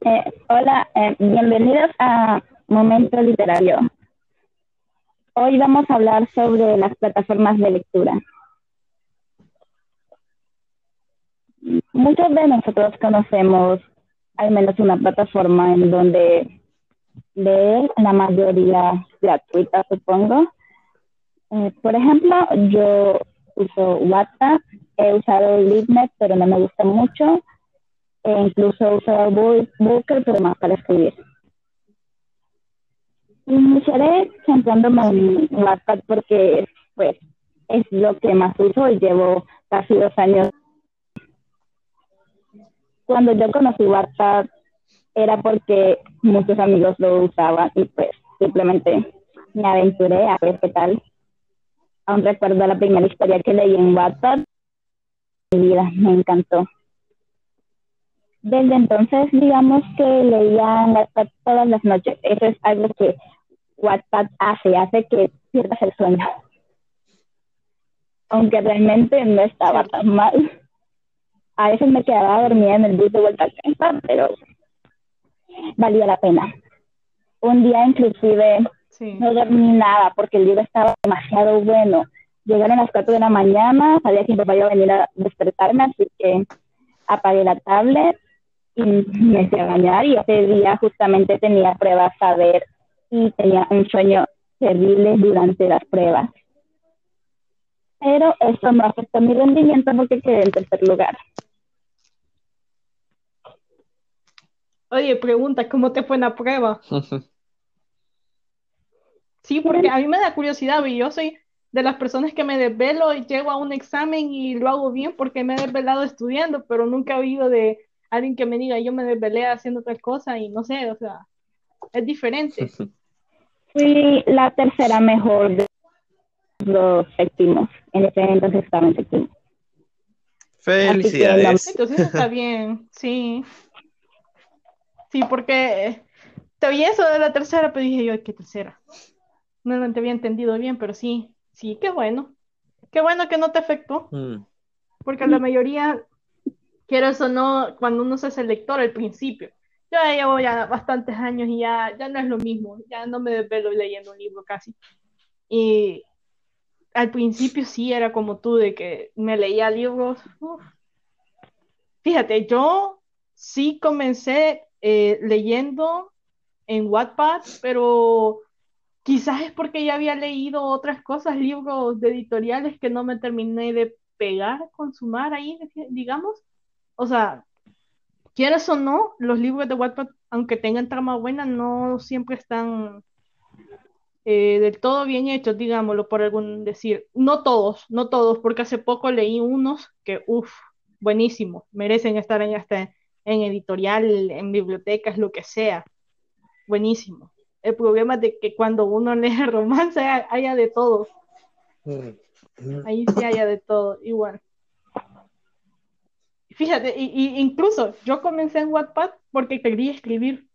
Hola, bienvenidos a Momento Literario. Hoy vamos a hablar sobre las plataformas de lectura. Muchos de nosotros conocemos al menos una plataforma en donde leer, la mayoría gratuita, supongo. Por ejemplo, yo uso WhatsApp, he usado LibNet, pero no me gusta mucho, e incluso uso Booker, pero más para escribir. Iniciaré centrándome en WhatsApp porque pues es lo que más uso y llevo casi 2 años. Cuando yo conocí WhatsApp era porque muchos amigos lo usaban y pues simplemente me aventuré a ver qué tal. Aún recuerdo la primera historia que leí en WhatsApp, mi vida me encantó. Desde entonces, digamos que leía en WhatsApp todas las noches. Eso es algo que WhatsApp hace que pierdas el sueño. Aunque realmente no estaba Cierto. tan mal. A veces me quedaba dormida en el bus de vuelta a casa, pero valía la pena. Un día inclusive Sí. no dormí nada porque el libro estaba demasiado bueno. Llegaron las 4 de la mañana, sabía que mi papá iba a venir a despertarme, así que apagué la tablet y me fui a bañar y ese día justamente tenía pruebas a ver y tenía un sueño terrible durante las pruebas. Pero eso no afectó mi rendimiento porque quedé en tercer lugar. Oye, pregunta, ¿cómo te fue en la prueba? Sí, porque a mí me da curiosidad, y yo soy de las personas que me desvelo y llego a un examen y lo hago bien porque me he desvelado estudiando, pero nunca he oído de alguien que me diga yo me desvelé haciendo otra cosa y no sé, o sea, es diferente. Fui la tercera mejor de los séptimos. En ese entonces estaba en séptimo. Así que no. Felicidades. Entonces está bien, sí, sí, porque te oí eso de la tercera, pero dije yo, ¿qué tercera? No lo había entendido bien, pero sí, sí, qué bueno. Qué bueno que no te afectó, Mm, porque la mayoría, quieras o no, cuando uno se hace lector al principio, yo ya llevo ya bastantes años y ya no es lo mismo, ya no me desvelo leyendo un libro casi. Y al principio sí era como tú, de que me leía libros. Uf. Fíjate, yo sí comencé leyendo en Wattpad, pero quizás es porque ya había leído otras cosas, libros de editoriales que no me terminé de pegar, consumar ahí, digamos. O sea, quieras o no, los libros de Wattpad, aunque tengan trama buena, no siempre están del todo bien hechos, digámoslo por algún decir. No todos, no todos, porque hace poco leí unos que, uff, buenísimos, merecen estar en editorial, en bibliotecas, lo que sea, buenísimo. El problema es de que cuando uno lee romance haya de todo. mm, mm. Ahí sí haya de todo, igual. Fíjate, incluso yo comencé en Wattpad porque quería escribir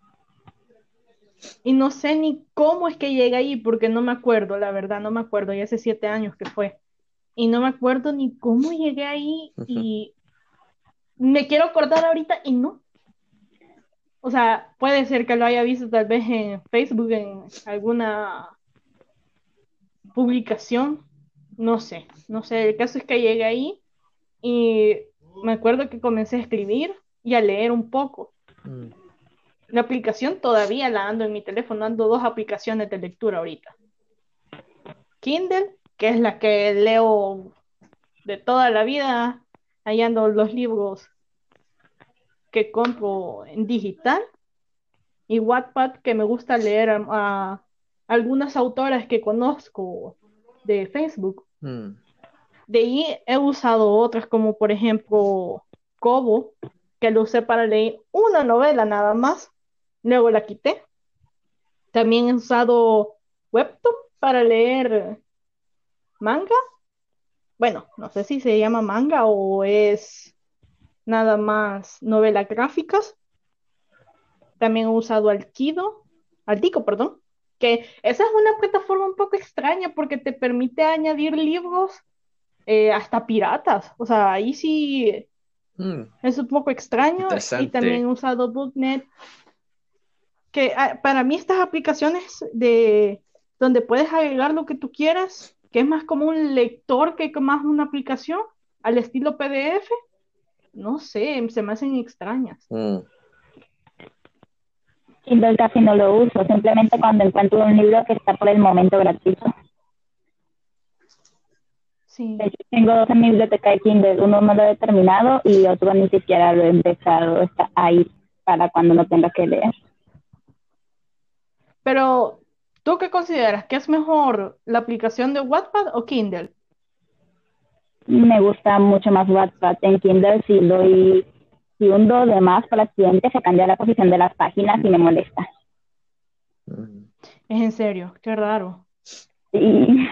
y no sé ni cómo es que llegué ahí porque no me acuerdo, la verdad, no me acuerdo, ya hace 7 años que fue. Y no me acuerdo ni cómo llegué ahí y me quiero acordar ahorita y no. O sea, puede ser que lo haya visto tal vez en Facebook, en alguna publicación, no sé, no sé. El caso es que llegué ahí y me acuerdo que comencé a escribir y a leer un poco. Mm. La aplicación todavía la ando en mi teléfono, ando dos aplicaciones de lectura ahorita. Kindle, que es la que leo de toda la vida, ahí ando los libros que compro en digital, y Wattpad, que me gusta leer a algunas autoras que conozco de Facebook. Mm. De ahí he usado otras como por ejemplo Kobo, que lo usé para leer una novela nada más, luego la quité. También he usado Webtoon para leer manga. Bueno, no sé si se llama manga o es nada más novelas gráficas. También he usado Altico, perdón, que esa es una plataforma un poco extraña porque te permite añadir libros hasta piratas. O sea, ahí sí Es un poco extraño y Interesante. también he usado BookNet, que para mí estas aplicaciones donde puedes agregar lo que tú quieras, que es más como un lector que más una aplicación, al estilo PDF, no sé, se me hacen extrañas. Kindle casi no lo uso, simplemente cuando encuentro un libro que está por el momento gratuito. Sí. De hecho, tengo dos en mi biblioteca de Kindle, uno no lo he terminado y otro ni siquiera lo he empezado, está ahí para cuando no tenga que leer. Pero, ¿tú qué consideras? ¿Que es mejor la aplicación de Wattpad o Kindle? Me gusta mucho más Wattpad. En Kindle si hundo de más para el accidente se cambia la posición de las páginas y me molesta. Es en serio, qué raro. Sí.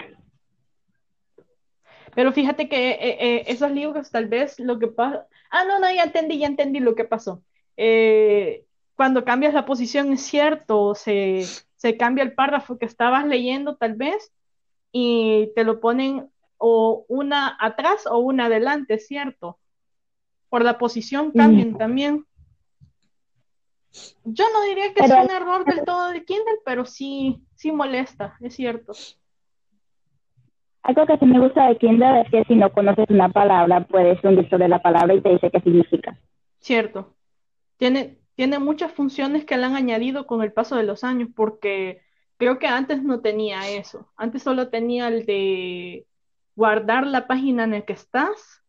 Pero fíjate que esos libros tal vez lo que pasa... no, ya entendí lo que pasó. Cuando cambias la posición es cierto, se cambia el párrafo que estabas leyendo tal vez y te lo ponen o una atrás o una adelante, ¿cierto? Por la posición cambian también. Yo no diría que es un error del todo de Kindle, pero sí molesta, es cierto. Algo que sí me gusta de Kindle es que si no conoces una palabra, puedes hundir sobre la palabra y te dice qué significa. Cierto. Tiene muchas funciones que le han añadido con el paso de los años, porque creo que antes no tenía eso. Antes solo tenía el de guardar la página en la que estás,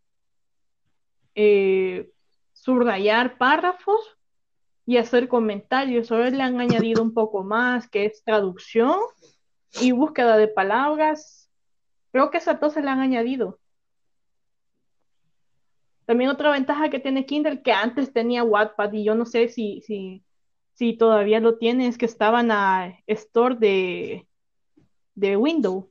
subrayar párrafos y hacer comentarios. Ahora le han añadido un poco más, que es traducción y búsqueda de palabras. Creo que esas dos se le han añadido. También otra ventaja que tiene Kindle, que antes tenía Wattpad y yo no sé si todavía lo tiene, es que estaba en la store de Windows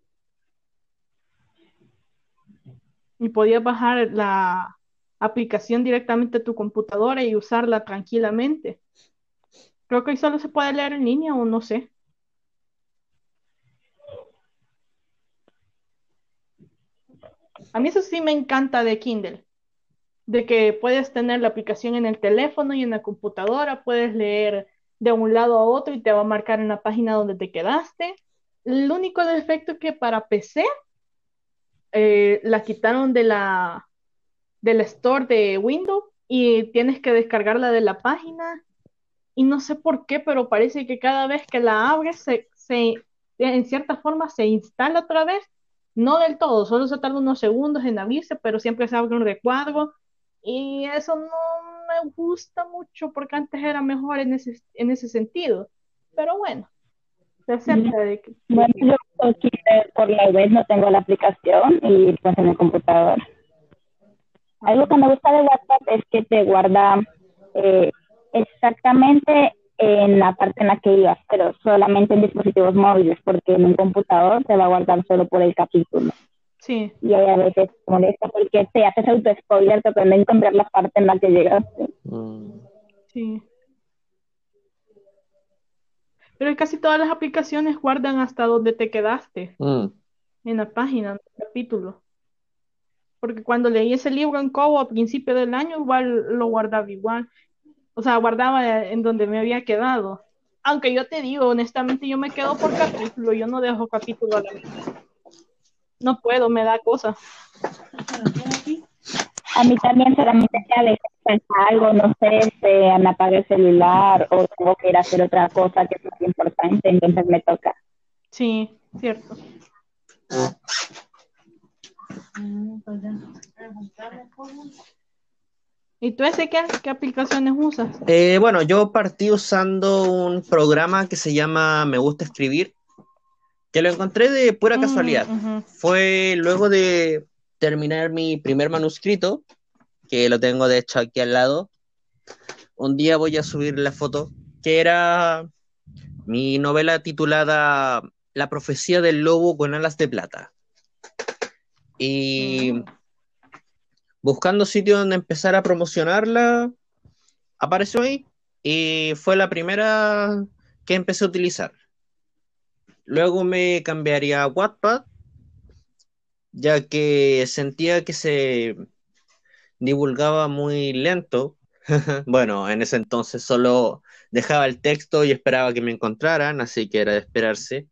y podías bajar la aplicación directamente a tu computadora y usarla tranquilamente. Creo que hoy solo se puede leer en línea o no sé. A mí eso sí me encanta de Kindle, de que puedes tener la aplicación en el teléfono y en la computadora, puedes leer de un lado a otro y te va a marcar en la página donde te quedaste. El único defecto es que para PC la quitaron del store de Windows y tienes que descargarla de la página y no sé por qué, pero parece que cada vez que la abres en cierta forma se instala otra vez, no del todo, solo se tarda unos segundos en abrirse, pero siempre se abre un recuadro y eso no me gusta mucho porque antes era mejor en ese sentido, pero bueno, se acepta de que... Bueno, yo aquí por la web no tengo la aplicación y pues en el computador. Algo que me gusta de WhatsApp es que te guarda exactamente en la parte en la que ibas, pero solamente en dispositivos móviles, porque en un computador te va a guardar solo por el capítulo. Sí. Y ahí a veces molesta porque te haces auto-spoiler, te pueden encontrar la parte en la que llegaste. Sí. Pero casi todas las aplicaciones guardan hasta donde te quedaste, en la página, en el capítulo. Porque cuando leí ese libro en Kobo a principio del año, igual lo guardaba igual. O sea, guardaba en donde me había quedado. Aunque yo te digo, honestamente, yo me quedo por capítulo, yo no dejo capítulo a la mitad. No puedo, me da cosa. A mí también solamente que a veces pasa algo, no sé, me apaga el celular o tengo que ir a hacer otra cosa que es más importante, entonces me toca. Sí, cierto. ¿Y tú ese qué aplicaciones usas? Bueno, yo partí usando un programa que se llama Me Gusta Escribir, que lo encontré de pura casualidad. Fue luego de terminar mi primer manuscrito, que lo tengo de hecho aquí al lado. Un día voy a subir la foto, que era mi novela titulada La profecía del lobo con alas de plata. Y buscando sitio donde empezar a promocionarla, apareció ahí y fue la primera que empecé a utilizar. Luego me cambiaría a Wattpad, ya que sentía que se divulgaba muy lento. Bueno, en ese entonces solo dejaba el texto y esperaba que me encontraran, así que era de esperarse.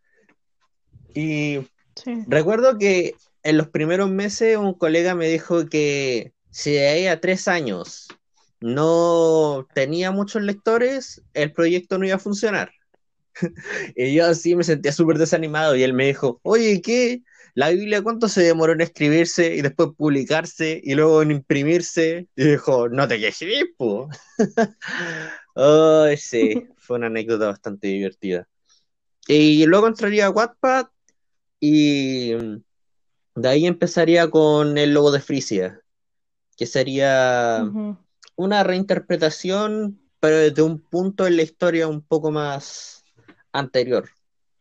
Y Sí. recuerdo que en los primeros meses un colega me dijo que si de ahí a 3 años no tenía muchos lectores, el proyecto no iba a funcionar. Y yo así me sentía súper desanimado y él me dijo, oye, ¿qué? ¿La Biblia cuánto se demoró en escribirse y después publicarse y luego en imprimirse? Y dijo, no te quejes, po. Ay, sí, fue una anécdota bastante divertida. Y luego entraría a Wattpad y de ahí empezaría con el Lobo de Frisia, que sería Ujú. una reinterpretación, pero desde un punto en la historia un poco más anterior.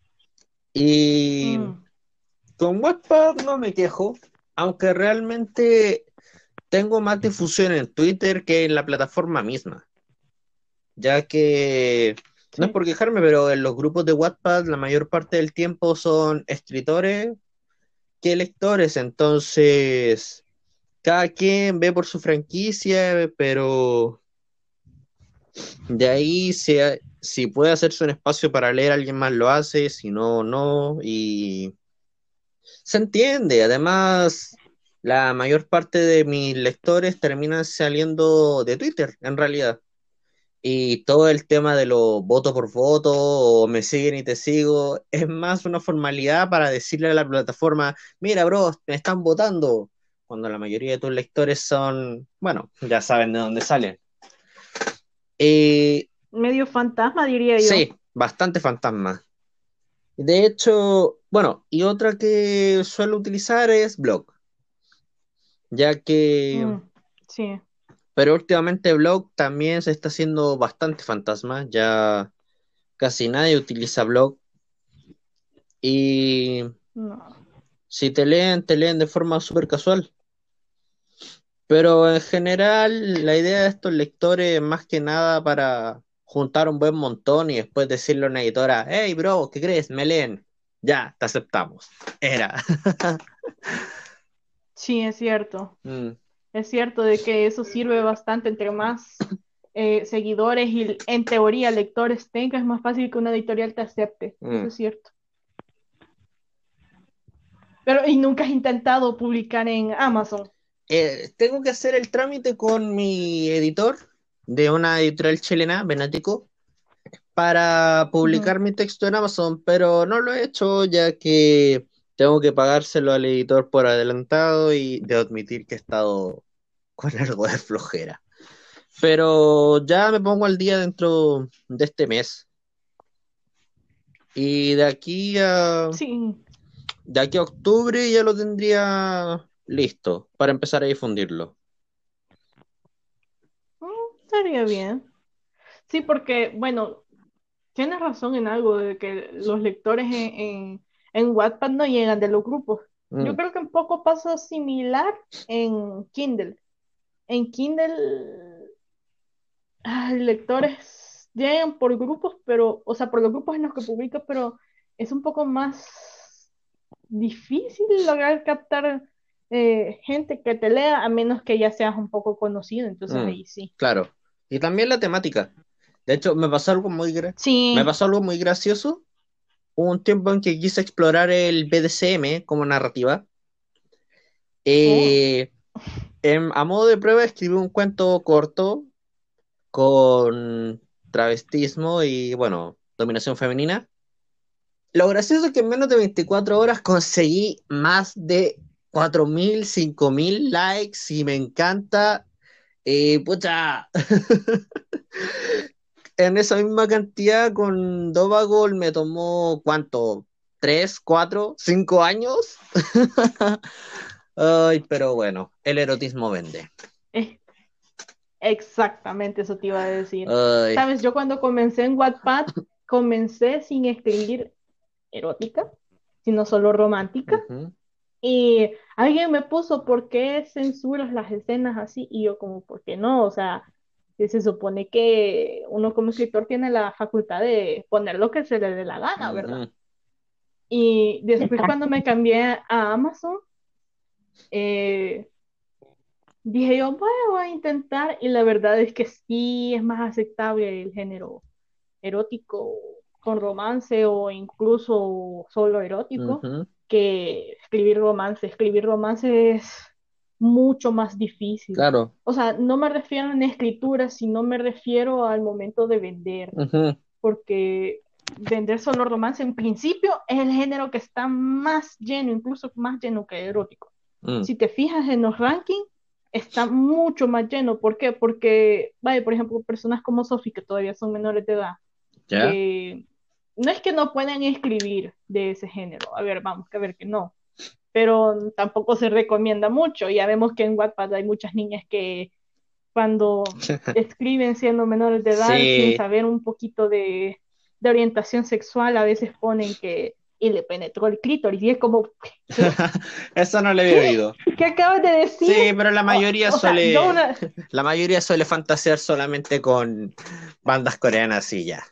Y Mm. con Wattpad no me quejo, aunque realmente tengo más difusión en Twitter que en la plataforma misma, ya que no es Sí. por quejarme, pero en los grupos de Wattpad la mayor parte del tiempo son escritores que lectores, entonces cada quien ve por su franquicia, pero de ahí si puede hacerse un espacio para leer, alguien más lo hace, si no, no, y se entiende. Además, la mayor parte de mis lectores terminan saliendo de Twitter, en realidad. Y todo el tema de los voto por voto o me siguen y te sigo es más una formalidad para decirle a la plataforma, mira, bro, me están votando, cuando la mayoría de tus lectores son, bueno, ya saben de dónde salen. Eh, Medio fantasma, diría yo. sí, bastante fantasma. De hecho, bueno, y otra que suelo utilizar es blog, ya que, Mm. Sí. pero últimamente blog también se está haciendo bastante fantasma, ya casi nadie utiliza blog. Y No. si te leen de forma súper casual. Pero en general, la idea de estos lectores es más que nada para juntar un buen montón y después decirle a una editora, hey, bro, ¿qué crees? Me leen. Ya, te aceptamos. Era. Sí, es cierto. Mm, Es cierto de que eso sirve bastante entre más seguidores y en teoría lectores tengas, es más fácil que una editorial te acepte. Eso mm. es cierto. Pero, ¿y nunca has intentado publicar en Amazon? Tengo que hacer el trámite con mi editor de una editorial chilena, Venático, para Ujú. publicar mi texto en Amazon, pero no lo he hecho ya que tengo que pagárselo al editor por adelantado y de admitir que he estado con algo de flojera. Pero ya me pongo al día dentro de este mes y Sí, de aquí a octubre ya lo tendría listo para empezar a difundirlo. mm, estaría bien. Sí, porque, bueno, tienes razón en algo de que los lectores en Wattpad no llegan de los grupos. Yo Mm, creo que un poco pasa similar en Kindle. En Kindle, lectores llegan por grupos, pero, o sea, por los grupos en los que publicas, pero es un poco más difícil lograr captar gente que te lea, a menos que ya seas un poco conocido, entonces mm, ahí sí. claro. Y también la temática. De hecho, me Sí. pasó algo muy gracioso. Hubo un tiempo en que quise explorar el BDSM como narrativa. Oh. Eh, a modo de prueba escribí un cuento corto con travestismo y, bueno, dominación femenina. Lo gracioso es que en menos de 24 horas conseguí más de 4.000 5.000 likes y me encanta. Pucha, en esa misma cantidad con Dovagol me tomó, ¿cuánto? ¿3, 4, 5 años? Ay, pero bueno, el erotismo vende. Es exactamente eso te iba a decir. Ay, Sabes, yo cuando comencé en Wattpad, comencé sin escribir erótica, sino solo romántica. ujú, Y alguien me puso, ¿por qué censuras las escenas así? Y yo como, ¿por qué no? O sea, que se supone que uno como escritor tiene la facultad de poner lo que se le dé la gana, ¿verdad? ujú. Y después Exacto. cuando me cambié a Amazon, eh, dije yo, bueno, voy a intentar, y la verdad es que sí es más aceptable el género erótico con romance o incluso solo erótico Ujú, que escribir romance. Escribir romance es mucho más difícil. claro. O sea, no me refiero en escritura, sino me refiero al momento de vender, Ujú, porque vender solo romance en principio es el género que está más lleno, incluso más lleno que erótico. mm, Si te fijas en los rankings, está mucho más lleno. ¿Por qué? Porque, vaya, por ejemplo, personas como Sophie, que todavía son menores de edad, ¿ya? que no es que no puedan escribir de ese género, a ver, vamos a ver que no, pero tampoco se recomienda mucho. Ya vemos que en Wattpad hay muchas niñas que cuando escriben siendo menores de edad sin Sí, saber un poquito de orientación sexual, a veces ponen que y le penetró el clítoris y es como, ¿qué? eso no lo había ¿Qué? oído. ¿Qué acabas de decir? Sí, pero O sea, yo una... la mayoría suele fantasear solamente con bandas coreanas y ya.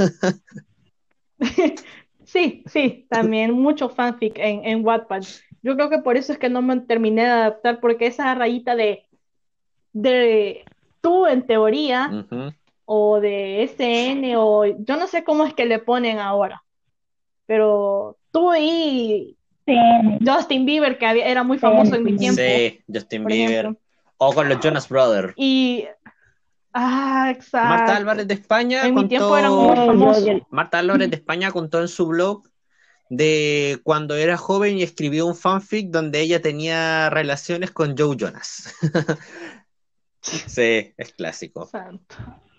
Sí, sí, también mucho fanfic en Wattpad. Yo creo que por eso es que no me terminé de adaptar, porque esa rayita de tú en teoría, Ujú. o de SN, o yo no sé cómo es que le ponen ahora, pero tú y Sí, Justin Bieber, que era muy famoso en mi sí, tiempo, Sí, Justin por Bieber. ejemplo. O con los Jonas Brothers. Y, Marta Álvarez exacto. de España En mi tiempo eran muy contó, famosos. Marta Álvarez de España contó en su blog de cuando era joven y escribió un fanfic donde ella tenía relaciones con Joe Jonas. Sí, es clásico. Santo.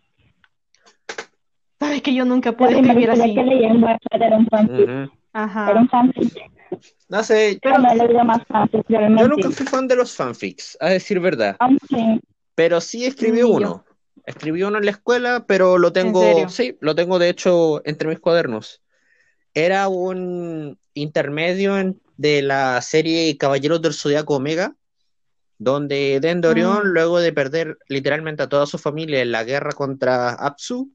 Sabes que yo nunca la pude primera escribir historia que así. leí en Wattpad era un fanfic. Ujú. Era un Ajá. fanfic. No sé, Pero Bueno, he leído más fanfics yo nunca realmente. fui fan de los fanfics, a decir verdad, Aunque, pero sí escribí ni yo, uno. Escribí uno en la escuela, pero lo en tengo, serio. sí, lo tengo de hecho entre mis cuadernos. Era un intermedio de la serie Caballeros del Zodiaco Omega, donde Den de Orión, Mm, luego de perder literalmente a toda su familia en la guerra contra Apsu,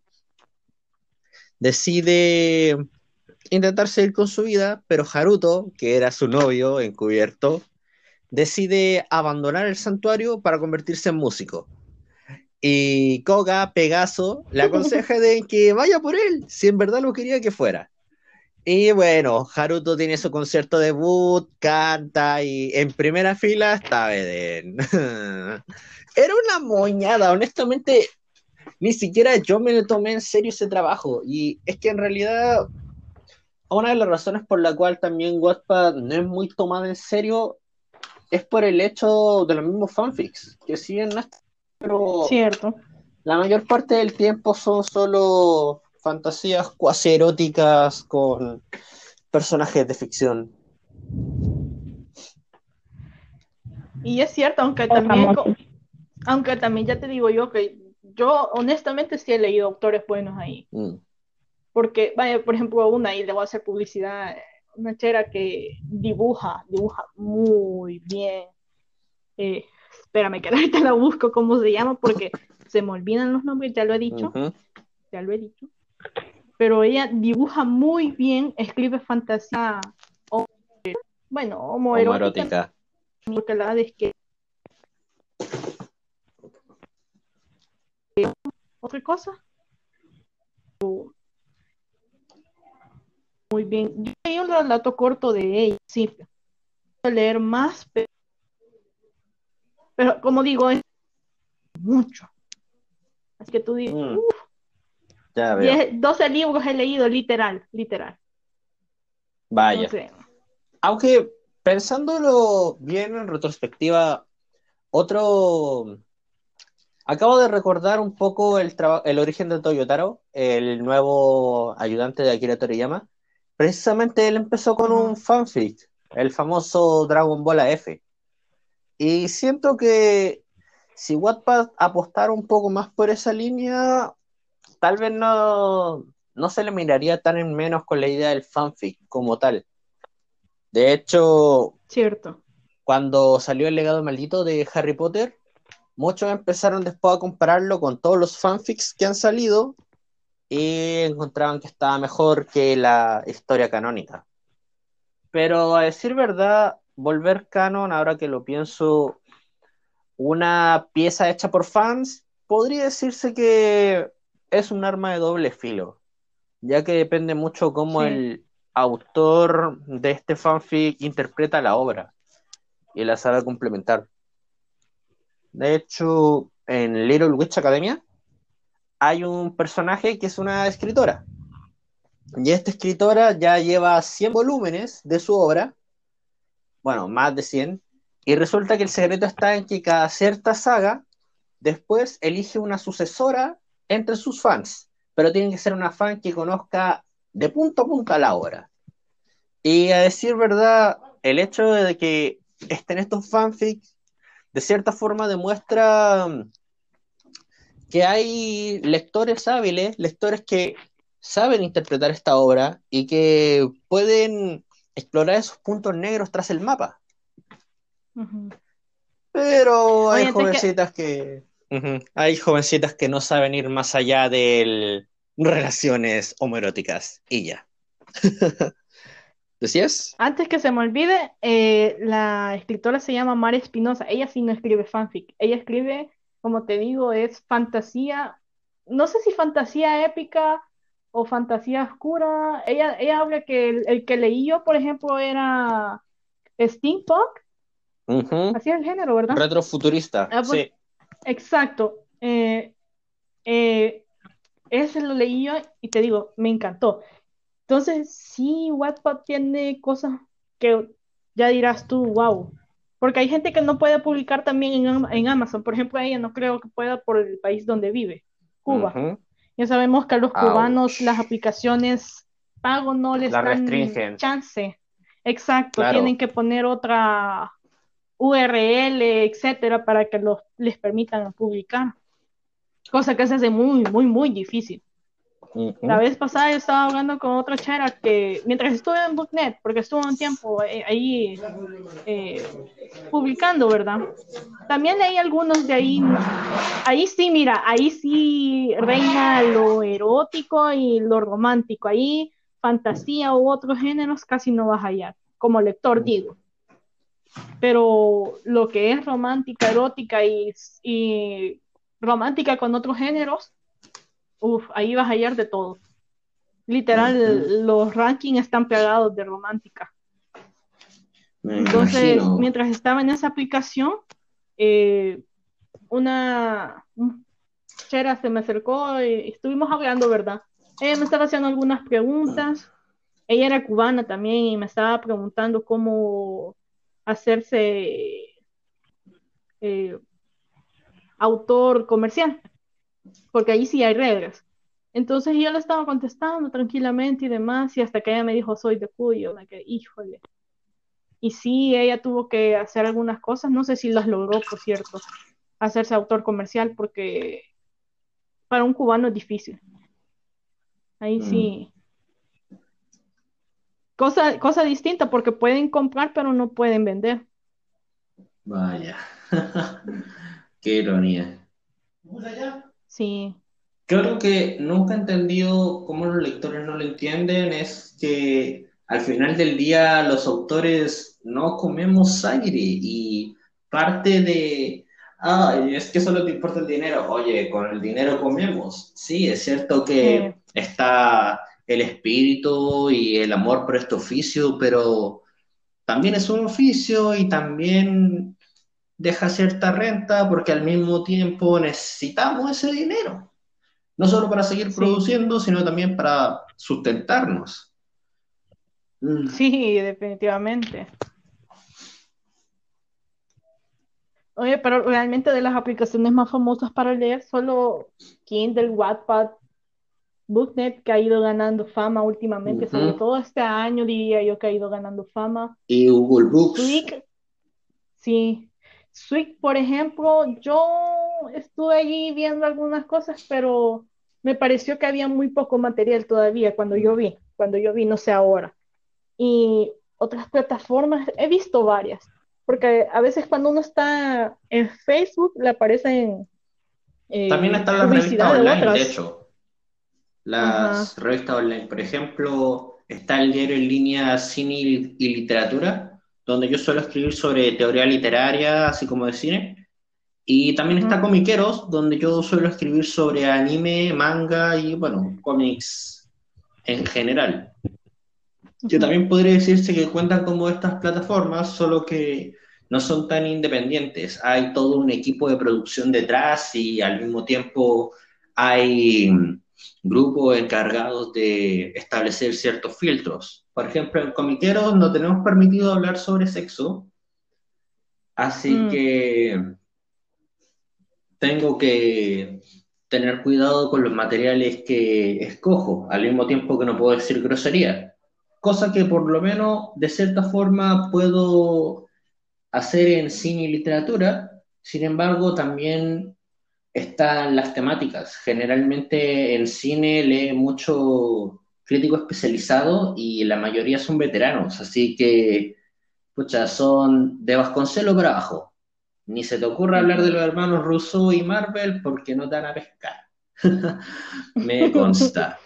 decide intentar seguir con su vida, pero Haruto, que era su novio encubierto, decide abandonar el santuario para convertirse en músico. Y Koga, Pegaso, le aconseja de que vaya por él, si en verdad lo quería que fuera. Y bueno, Haruto tiene su concierto debut, canta y en primera fila está Beden. Era una moñada, honestamente, ni siquiera yo me lo tomé en serio ese trabajo. Y es que en realidad, una de las razones por la cual también Wattpad no es muy tomada en serio es por el hecho de los mismos fanfics, que si bien no es, pero cierto. la mayor parte del tiempo son solo fantasías cuasi eróticas con personajes de ficción. Y es cierto, o famosos. aunque también ya te digo yo que yo honestamente sí he leído autores buenos ahí. Mm. Porque, vaya, por ejemplo, una, y le voy a hacer publicidad, una chera que dibuja muy bien. Espérame que ahorita la busco cómo se llama, porque se me olvidan los nombres, Ujú. ya lo he dicho. Pero ella dibuja muy bien, escribe fantasía, bueno, homoerótica, Homoerótica. porque la verdad es que otra cosa, muy bien. Yo leí un relato corto de ella, sí, puedo leer más, pero como digo, es mucho. Así que tú dices, Mm, ya veo. 12 libros he leído, literal, literal. Vaya. Entonces, Aunque pensándolo bien en retrospectiva, otro. Acabo de recordar un poco el origen de Toyotaro, el nuevo ayudante de Akira Toriyama. Precisamente él empezó con un ajá, fanfic, el famoso Dragon Ball AF. Y siento que si Wattpad apostara un poco más por esa línea, tal vez no se le miraría tan en menos con la idea del fanfic como tal. De hecho, cierto. cuando salió el legado maldito de Harry Potter, muchos empezaron después a compararlo con todos los fanfics que han salido y encontraban que estaba mejor que la historia canónica. Pero a decir verdad, volver canon, ahora que lo pienso, una pieza hecha por fans, podría decirse que es un arma de doble filo, ya que depende mucho cómo Sí. el autor de este fanfic interpreta la obra y la sabe complementar. De hecho, en Little Witch Academia hay un personaje que es una escritora, y esta escritora ya lleva 100 volúmenes de su obra, bueno, más de 100, y resulta que el secreto está en que cada cierta saga después elige una sucesora entre sus fans, pero tiene que ser una fan que conozca de punto a punto la obra. Y a decir verdad, el hecho de que estén estos fanfics, de cierta forma demuestra que hay lectores hábiles, lectores que saben interpretar esta obra y que pueden explorar esos puntos negros tras el mapa. Ujú. Pero hay Oye, antes que, jovencitas hay jovencitas que no saben ir más allá de relaciones homoeróticas y ya. ¿Decías? antes que se me olvide, la escritora se llama Mara Espinosa. Ella sí no escribe fanfic. Ella escribe, como te digo, es fantasía. No sé si fantasía épica o fantasía oscura. Ella habla que el que leí yo, por ejemplo, era steampunk. Ujú. Así es el género, ¿verdad? Retrofuturista, Ah, pues, sí. exacto. Eh, ese lo leí yo y te digo, me encantó. Entonces, sí, Wattpad tiene cosas que ya dirás tú, wow. Porque hay gente que no puede publicar también en Amazon. Por ejemplo, ella no creo que pueda por el país donde vive, Cuba. Ujú. Ya sabemos que a los cubanos las Ouch. aplicaciones pago no les La dan restringen, chance. Exacto, tienen claro. que poner otra URL, etcétera, para que les permitan publicar. Cosa que se hace muy, muy, muy difícil. La Ujú. vez pasada yo estaba hablando con otra chera que mientras estuve en Booknet, porque estuve un tiempo ahí eh, publicando, ¿verdad? También leí algunos de ahí. Ahí sí, mira, ahí sí reina lo erótico y lo romántico. Ahí fantasía u otros géneros casi no vas a hallar, como lector digo. Pero lo que es romántica, erótica y romántica con otros géneros, ahí vas a hallar de todo. Ujú. Literal, los rankings están pegados de romántica. Me Entonces, imagino. mientras estaba en esa aplicación, eh, un chera se me acercó y estuvimos hablando, ¿verdad? Ella me estaba haciendo algunas preguntas. Ella era cubana también y me estaba preguntando cómo hacerse eh, autor comercial, porque ahí sí hay reglas. Entonces yo le estaba contestando tranquilamente y demás, y hasta que ella me dijo, soy de Cuyo, me quedé, híjole. Y sí, ella tuvo que hacer algunas cosas, no sé si las logró, por cierto, hacerse autor comercial, porque para un cubano es difícil. Ahí Mm, sí, cosa distinta, porque pueden comprar, pero no pueden vender. vaya. Qué ironía. Sí, Yo creo que nunca he entendido cómo los lectores no lo entienden, es que al final del día los autores no comemos sangre y parte de, es que solo te importa el dinero. Oye, con el dinero comemos. Sí, es cierto sí, que está el espíritu y el amor por este oficio, pero también es un oficio y también deja cierta renta porque al mismo tiempo necesitamos ese dinero. No solo para seguir sí, produciendo, sino también para sustentarnos. Mm. sí, definitivamente. Oye, pero realmente de las aplicaciones más famosas para leer, solo Kindle, Wattpad, BookNet, que ha ido ganando fama últimamente, sobre Ujú. todo este año diría yo que ha ido ganando fama. Y Google Books. Swig, sí. Swig, por ejemplo, yo estuve allí viendo algunas cosas, pero me pareció que había muy poco material todavía cuando yo vi, no sé ahora. Y otras plataformas, he visto varias, porque a veces cuando uno está en Facebook le aparecen También están las revistas publicidad de online, de otras. hecho. Las Ajá, revistas online, por ejemplo, está el diario en línea Cine y Literatura, donde yo suelo escribir sobre teoría literaria, así como de cine. Y también está Ujú, Comiqueros, donde yo suelo escribir sobre anime, manga y, bueno, cómics en general. Que ujú. también podría decirse que cuentan como estas plataformas, solo que no son tan independientes. Hay todo un equipo de producción detrás y al mismo tiempo hay grupos encargados de establecer ciertos filtros. Por ejemplo, en Comiqueros no tenemos permitido hablar sobre sexo, así Mm, que tengo que tener cuidado con los materiales que escojo, al mismo tiempo que no puedo decir grosería, cosa que por lo menos de cierta forma puedo hacer en cine y literatura. Sin embargo, también están las temáticas. Generalmente en cine lee mucho crítico especializado y la mayoría son veteranos, así que, pucha, son de Vasconcelos para abajo. Ni se te ocurra hablar de ujú. los hermanos Russo y Marvel porque no te van a pescar. Me consta.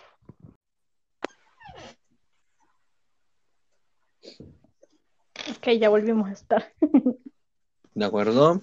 Ok, ya volvimos a estar. ¿De acuerdo?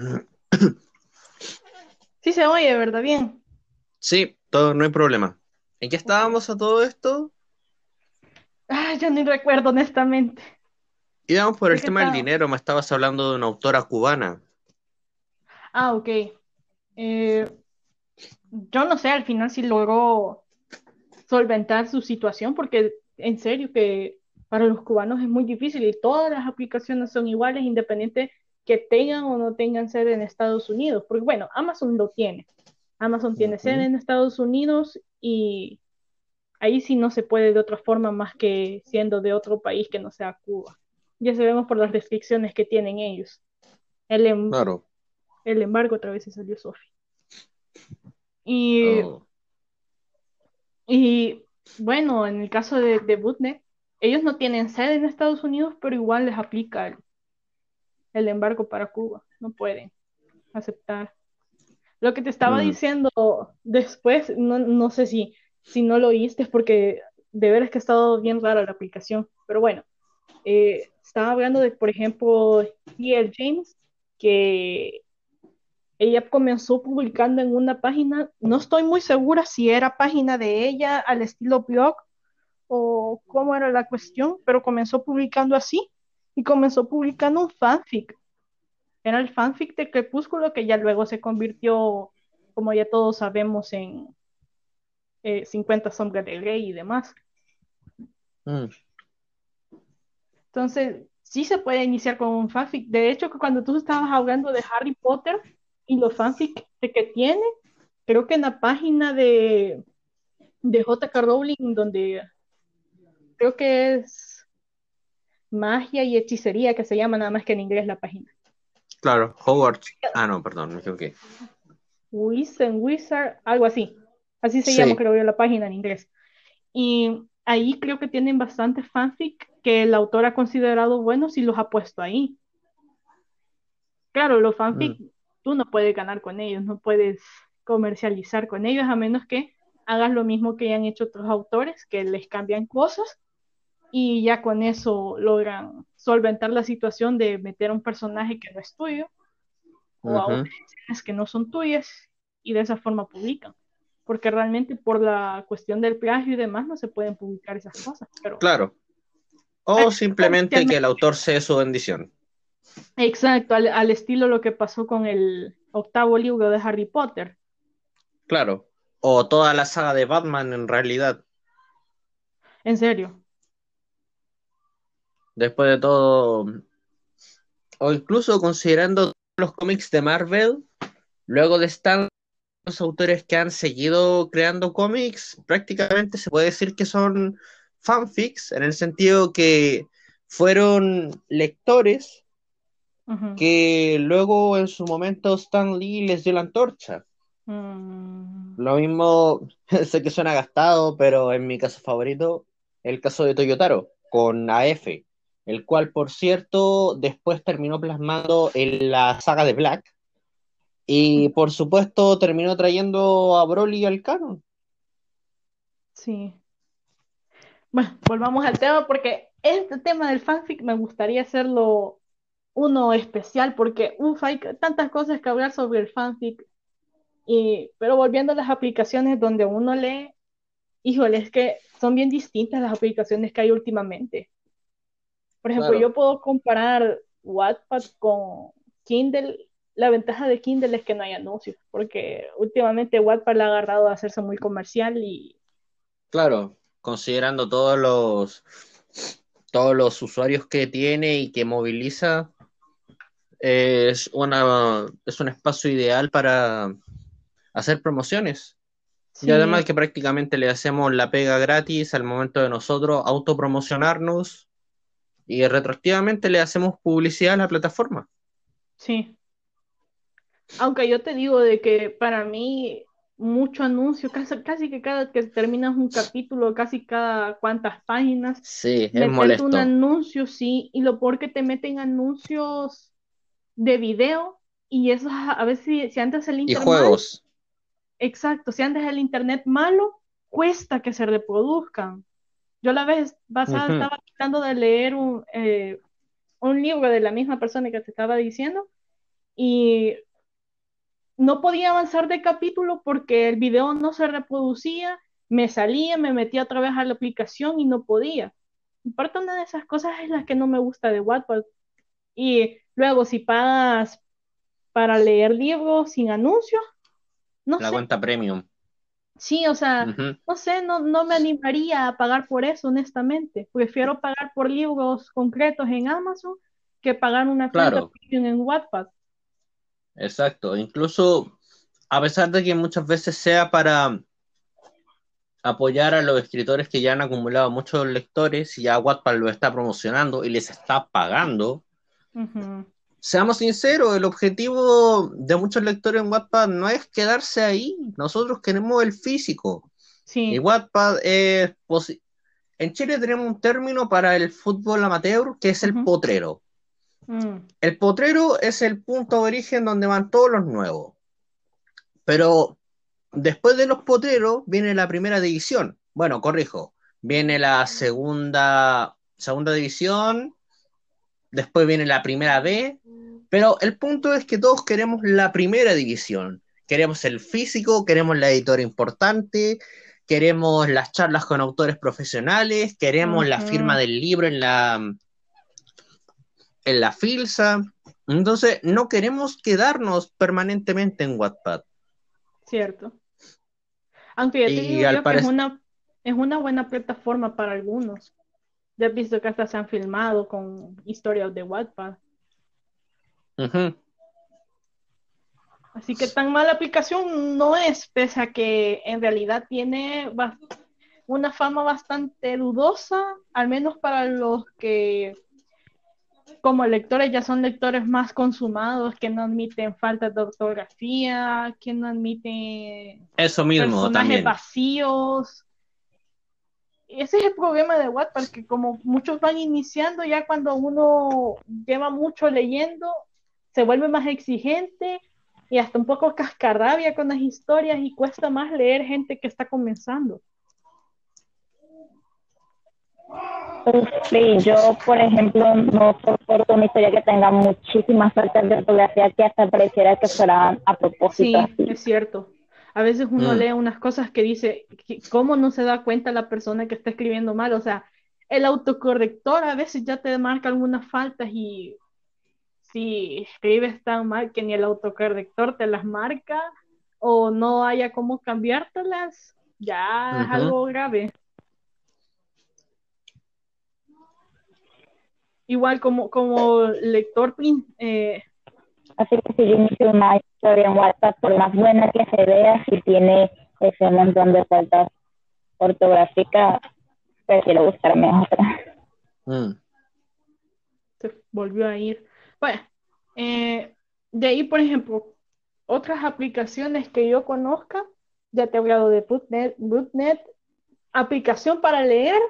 Sí se oye, ¿verdad? Bien. Sí, todo, no hay problema. ¿En qué Ok. estábamos a todo esto? Ah, ya ni recuerdo honestamente. Íbamos por ¿De el qué tema del estaba? dinero, me estabas hablando de una autora cubana. Ah, ok. Eh, yo no sé al final si logró solventar su situación, porque en serio que para los cubanos es muy difícil y todas las aplicaciones son iguales, independiente que tengan o no tengan sede en Estados Unidos. Porque bueno, Amazon lo tiene. Amazon tiene sede Ujú. en Estados Unidos y ahí sí no se puede de otra forma más que siendo de otro país que no sea Cuba. Ya sabemos por las restricciones que tienen ellos. El, em- Claro. el embargo otra vez se salió Sofi. Y, Oh. y bueno, en el caso de Bootnet, ellos no tienen sede en Estados Unidos, pero igual les aplica el embargo para Cuba. No pueden aceptar. Lo que te estaba Mm. diciendo después, no sé si no lo oíste, es porque de veras que ha estado bien rara la aplicación. Pero bueno, estaba hablando de, por ejemplo, E.L. James, que ella comenzó publicando en una página, no estoy muy segura si era página de ella al estilo blog o cómo era la cuestión, pero comenzó publicando así y comenzó publicando un fanfic. Era el fanfic de Crepúsculo que ya luego se convirtió, como ya todos sabemos, en 50 sombras de Grey y demás. Mm. Entonces, sí se puede iniciar con un fanfic. De hecho, que cuando tú estabas hablando de Harry Potter y los fanfics que tiene, creo que en la página de J.K. Rowling, donde creo que es magia y hechicería que se llama nada más que en inglés la página. Claro, Hogwarts. Ah, no, perdón, me equivoqué. Wizard, algo así. Así se llama, Sí. creo yo, la página en inglés. Y ahí creo que tienen bastantes fanfic que el autor ha considerado buenos y los ha puesto ahí. Claro, los fanfic Mm. tú no puedes ganar con ellos, no puedes comercializar con ellos a menos que hagas lo mismo que han hecho otros autores, que les cambian cosas y ya con eso logran solventar la situación de meter a un personaje que no es tuyo o a unas Ujú. escenas que no son tuyas y de esa forma publican. Porque realmente por la cuestión del plagio y demás no se pueden publicar esas cosas, pero Claro. O simplemente que el comercialmente. autor sea su bendición. Exacto, al estilo lo que pasó con el octavo libro de Harry Potter. Claro. O toda la saga de Batman en realidad. En serio. Después de todo, o incluso considerando los cómics de Marvel, luego de estar los autores que han seguido creando cómics, prácticamente se puede decir que son fanfics, en el sentido que fueron lectores Ujú. que luego en su momento Stan Lee les dio la antorcha. Mm, Lo mismo, sé que suena gastado, pero en mi caso favorito, el caso de Toyotaro, con AF, el cual, por cierto, después terminó plasmando en la saga de Black, y por supuesto terminó trayendo a Broly al canon. sí. Bueno, volvamos al tema porque este tema del fanfic me gustaría hacerlo uno especial, porque hay tantas cosas que hablar sobre el fanfic. Pero volviendo a las aplicaciones donde uno lee, híjole, es que son bien distintas las aplicaciones que hay últimamente. Por ejemplo, Claro. yo puedo comparar Wattpad con Kindle. La ventaja de Kindle es que no hay anuncios, porque últimamente Wattpad le ha agarrado a hacerse muy comercial y Claro, considerando todos los usuarios que tiene y que moviliza, es un espacio ideal para hacer promociones. Y además sí, que prácticamente le hacemos la pega gratis al momento de nosotros autopromocionarnos y retroactivamente le hacemos publicidad a la plataforma. sí. Aunque yo te digo de que para mí mucho anuncio, casi que cada que terminas un capítulo, casi cada cuantas páginas, Sí, es meterte un molesto. anuncio, sí, y lo peor que te meten anuncios de video y eso a veces si antes el Y internet mal, juegos. exacto, si antes el internet malo, cuesta que se reproduzcan. Yo la vez pasada Ujú. estaba tratando de leer un libro de la misma persona que te estaba diciendo y no podía avanzar de capítulo porque el video no se reproducía, me salía, me metía otra vez a la aplicación y no podía. En parte una de esas cosas es la que no me gusta de Wattpad. Y luego si pagas para leer libros sin anuncios, no La sé, cuenta premium. sí, o sea, Ujú. no sé, no me animaría a pagar por eso, honestamente. Prefiero pagar por libros concretos en Amazon que pagar una cuenta Claro, premium en Wattpad. exacto. Incluso a pesar de que muchas veces sea para apoyar a los escritores que ya han acumulado muchos lectores y ya Wattpad lo está promocionando y les está pagando. Ujú. Seamos sinceros, el objetivo de muchos lectores en Wattpad no es quedarse ahí. Nosotros queremos el físico. Y Sí. Wattpad es... En Chile tenemos un término para el fútbol amateur que es el Ujú. potrero. Mm. El potrero es el punto de origen donde van todos los nuevos. Pero después de los potreros viene la primera división. Bueno, corrijo. Viene la segunda división, después viene la primera B, pero el punto es que todos queremos la primera división. Queremos el físico, queremos la editora importante, queremos las charlas con autores profesionales, queremos la firma Ujú. del libro en la filsa. Entonces, no queremos quedarnos permanentemente en Wattpad. Cierto. Aunque ya te Y digo al yo que parecer, es una buena plataforma para algunos. Ya he visto que hasta se han filmado con historias de Wattpad. uh-huh, Así que tan mala aplicación no es, pese a que en realidad tiene una fama bastante dudosa, al menos para los que como lectores ya son lectores más consumados, que no admiten faltas de ortografía, que no admiten eso mismo personajes también. vacíos. Ese es el problema de Wattpad, que como muchos van iniciando, ya cuando uno lleva mucho leyendo, se vuelve más exigente y hasta un poco cascarrabia con las historias y cuesta más leer gente que está comenzando. Sí, yo, por ejemplo, no soporto una historia que tenga muchísimas faltas de ortografía que hasta pareciera que fueran a propósito Sí, así. es cierto. A veces uno Mm, lee unas cosas que dice, ¿cómo no se da cuenta la persona que está escribiendo mal? O sea, el autocorrector a veces ya te marca algunas faltas y si escribes tan mal que ni el autocorrector te las marca o no haya cómo cambiártelas, ya es ujú. algo grave. Igual como lector, Así que si yo inicio una historia en WhatsApp, por más buena que se vea, si tiene ese montón de faltas ortográficas, prefiero buscarme otra. Mm. se volvió a ir. Bueno, de ahí, por ejemplo, otras aplicaciones que yo conozca, ya te he hablado de Bootnet, aplicación para leer,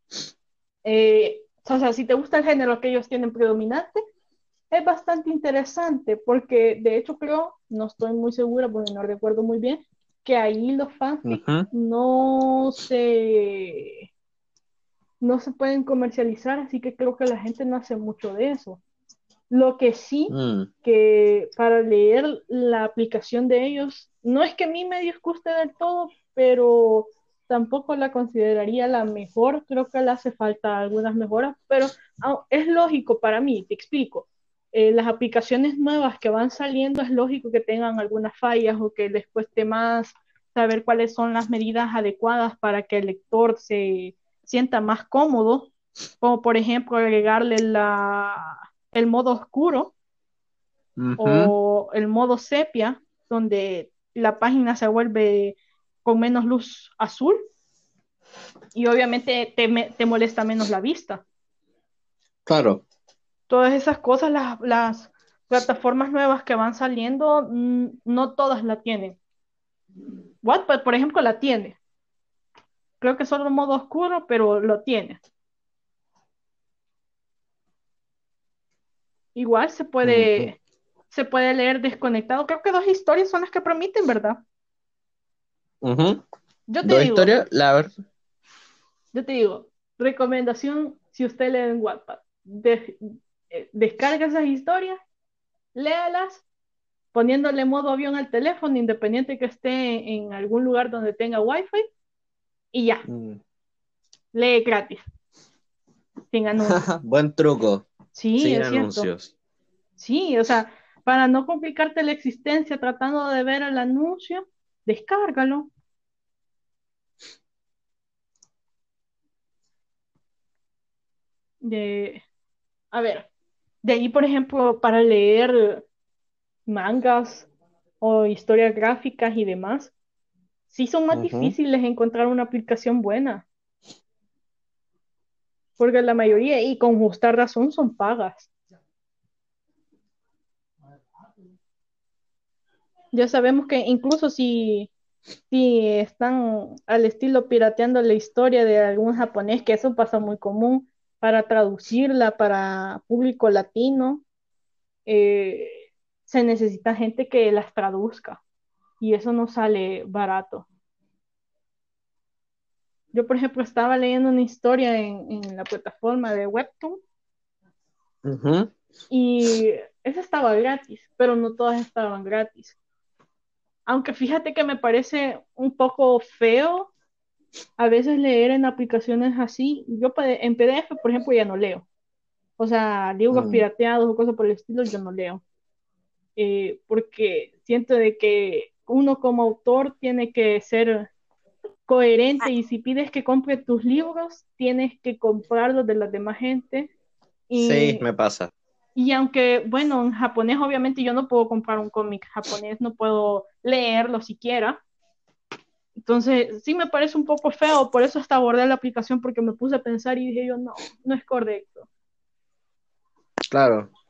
o sea, si te gusta el género que ellos tienen predominante, es bastante interesante porque de hecho creo, no estoy muy segura porque no recuerdo muy bien, que ahí los fanfics Ujú. no se pueden comercializar, así que creo que la gente no hace mucho de eso. Lo que sí, que para leer la aplicación de ellos, no es que a mí me disguste del todo, pero tampoco la consideraría la mejor. Creo que le hace falta algunas mejoras, pero es lógico para mí, te explico. Las aplicaciones nuevas que van saliendo es lógico que tengan algunas fallas o que les cueste más saber cuáles son las medidas adecuadas para que el lector se sienta más cómodo, como por ejemplo agregarle el modo oscuro o el modo sepia, donde la página se vuelve con menos luz azul y obviamente te molesta menos la vista. Claro. Todas esas cosas, las plataformas nuevas que van saliendo, no todas la tienen. Wattpad, por ejemplo, la tiene. Creo que solo en modo oscuro, pero lo tiene. Igual se puede leer desconectado. Creo que 2 historias son las que permiten, ¿verdad? Yo te digo, historias, la verdad. Yo te digo, recomendación si usted lee en Wattpad. Descarga esas historias, léalas, poniéndole modo avión al teléfono, independiente que esté en algún lugar donde tenga wifi, y ya. Lee gratis. Sin anuncios. Buen truco. Sí, sin es anuncios. Cierto. Sí, o sea, para no complicarte la existencia tratando de ver el anuncio, descárgalo. A ver, de ahí, por ejemplo, para leer mangas o historias gráficas y demás, sí son más difíciles encontrar una aplicación buena. Porque la mayoría, y con justa razón, son pagas. Ya sabemos que incluso si están al estilo pirateando la historia de algún japonés, que eso pasa muy común, para traducirla para público latino, se necesita gente que las traduzca. Y eso no sale barato. Yo, por ejemplo, estaba leyendo una historia en la plataforma de Webtoon y esa estaba gratis, pero no todas estaban gratis. Aunque fíjate que me parece un poco feo a veces leer en aplicaciones así. Yo en PDF, por ejemplo, ya no leo. O sea, libros pirateados o cosas por el estilo, yo no leo. Porque siento de que uno como autor tiene que ser coherente y si pides que compre tus libros, tienes que comprarlos de la demás gente. Sí, me pasa. Y aunque, bueno, en japonés obviamente yo no puedo comprar un cómic japonés, no puedo leerlo siquiera. Entonces, sí me parece un poco feo, por eso hasta abordé la aplicación porque me puse a pensar y dije yo, no es correcto. Claro.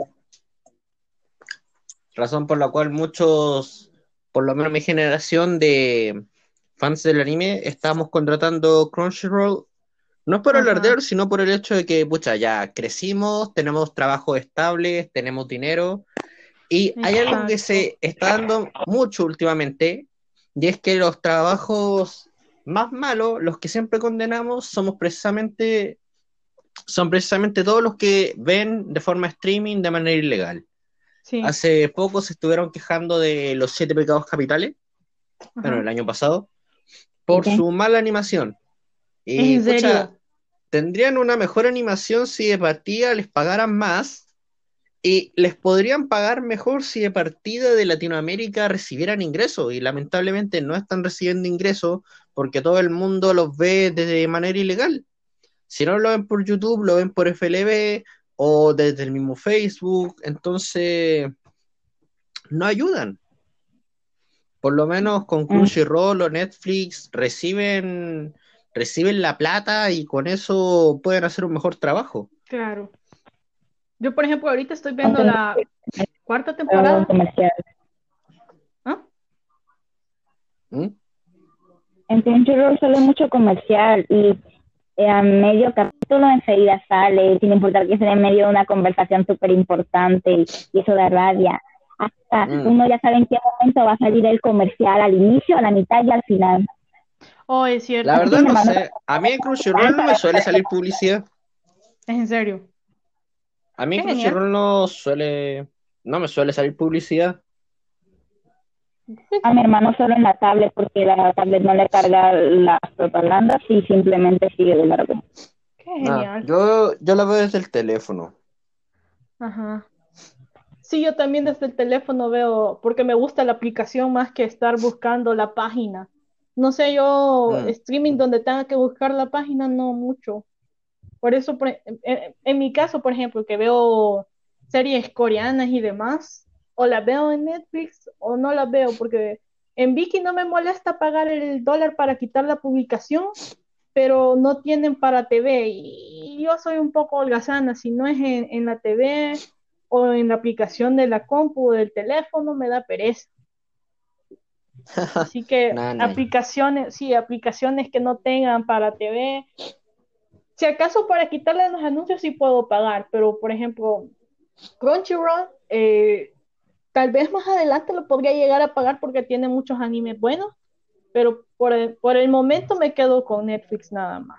Razón por la cual muchos, por lo menos mi generación de fans del anime, estábamos contratando Crunchyroll, no es por alardear, sino por el hecho de que, pucha, ya crecimos, tenemos trabajos estables, tenemos dinero, y hay algo que se está dando mucho últimamente, y es que los trabajos más malos, los que siempre condenamos, son precisamente todos los que ven de forma streaming de manera ilegal. Sí. Hace poco se estuvieron quejando de los 7 pecados capitales, bueno, el año pasado, por su mala animación. Y, pucha, tendrían una mejor animación si de partida les pagaran más, y les podrían pagar mejor si de partida de Latinoamérica recibieran ingresos, y lamentablemente no están recibiendo ingresos porque todo el mundo los ve de manera ilegal. Si no lo ven por YouTube, lo ven por FLV o desde el mismo Facebook, entonces no ayudan. Por lo menos con Crunchyroll o Netflix reciben la plata y con eso pueden hacer un mejor trabajo. Claro. Yo, por ejemplo, ahorita estoy viendo la 4ª temporada. ¿Ah? En Crunchyroll sale mucho comercial y a medio capítulo enseguida sale, sin importar que sea en medio de una conversación súper importante y eso da rabia. Hasta uno ya sabe en qué momento va a salir el comercial, al inicio, a la mitad y al final. Oh, es cierto. La verdad no sé, a mí en Crunchyroll no me suele salir publicidad. ¿Es en serio? A mí Qué genial. Crunchyroll no me suele salir publicidad. A mi hermano solo en la tablet porque la tablet no le carga las propagandas y simplemente sigue de largo. Qué Nada, genial. yo la veo desde el teléfono. Ajá. Sí, yo también desde el teléfono veo, porque me gusta la aplicación más que estar buscando la página. No sé, yo Mm. streaming donde tenga que buscar la página, no mucho. Por eso, en mi caso, por ejemplo, que veo series coreanas y demás, o las veo en Netflix o no las veo, porque en Viki no me molesta pagar el dólar para quitar la publicación, pero no tienen para TV. Y yo soy un poco holgazana, si no es en la TV o en la aplicación de la compu o del teléfono, me da pereza. Así que Nada, nada. aplicaciones, sí, aplicaciones que no tengan para TV. Si acaso para quitarle los anuncios sí puedo pagar, pero por ejemplo, Crunchyroll, tal vez más adelante lo podría llegar a pagar porque tiene muchos animes buenos, pero por el momento me quedo con Netflix nada más.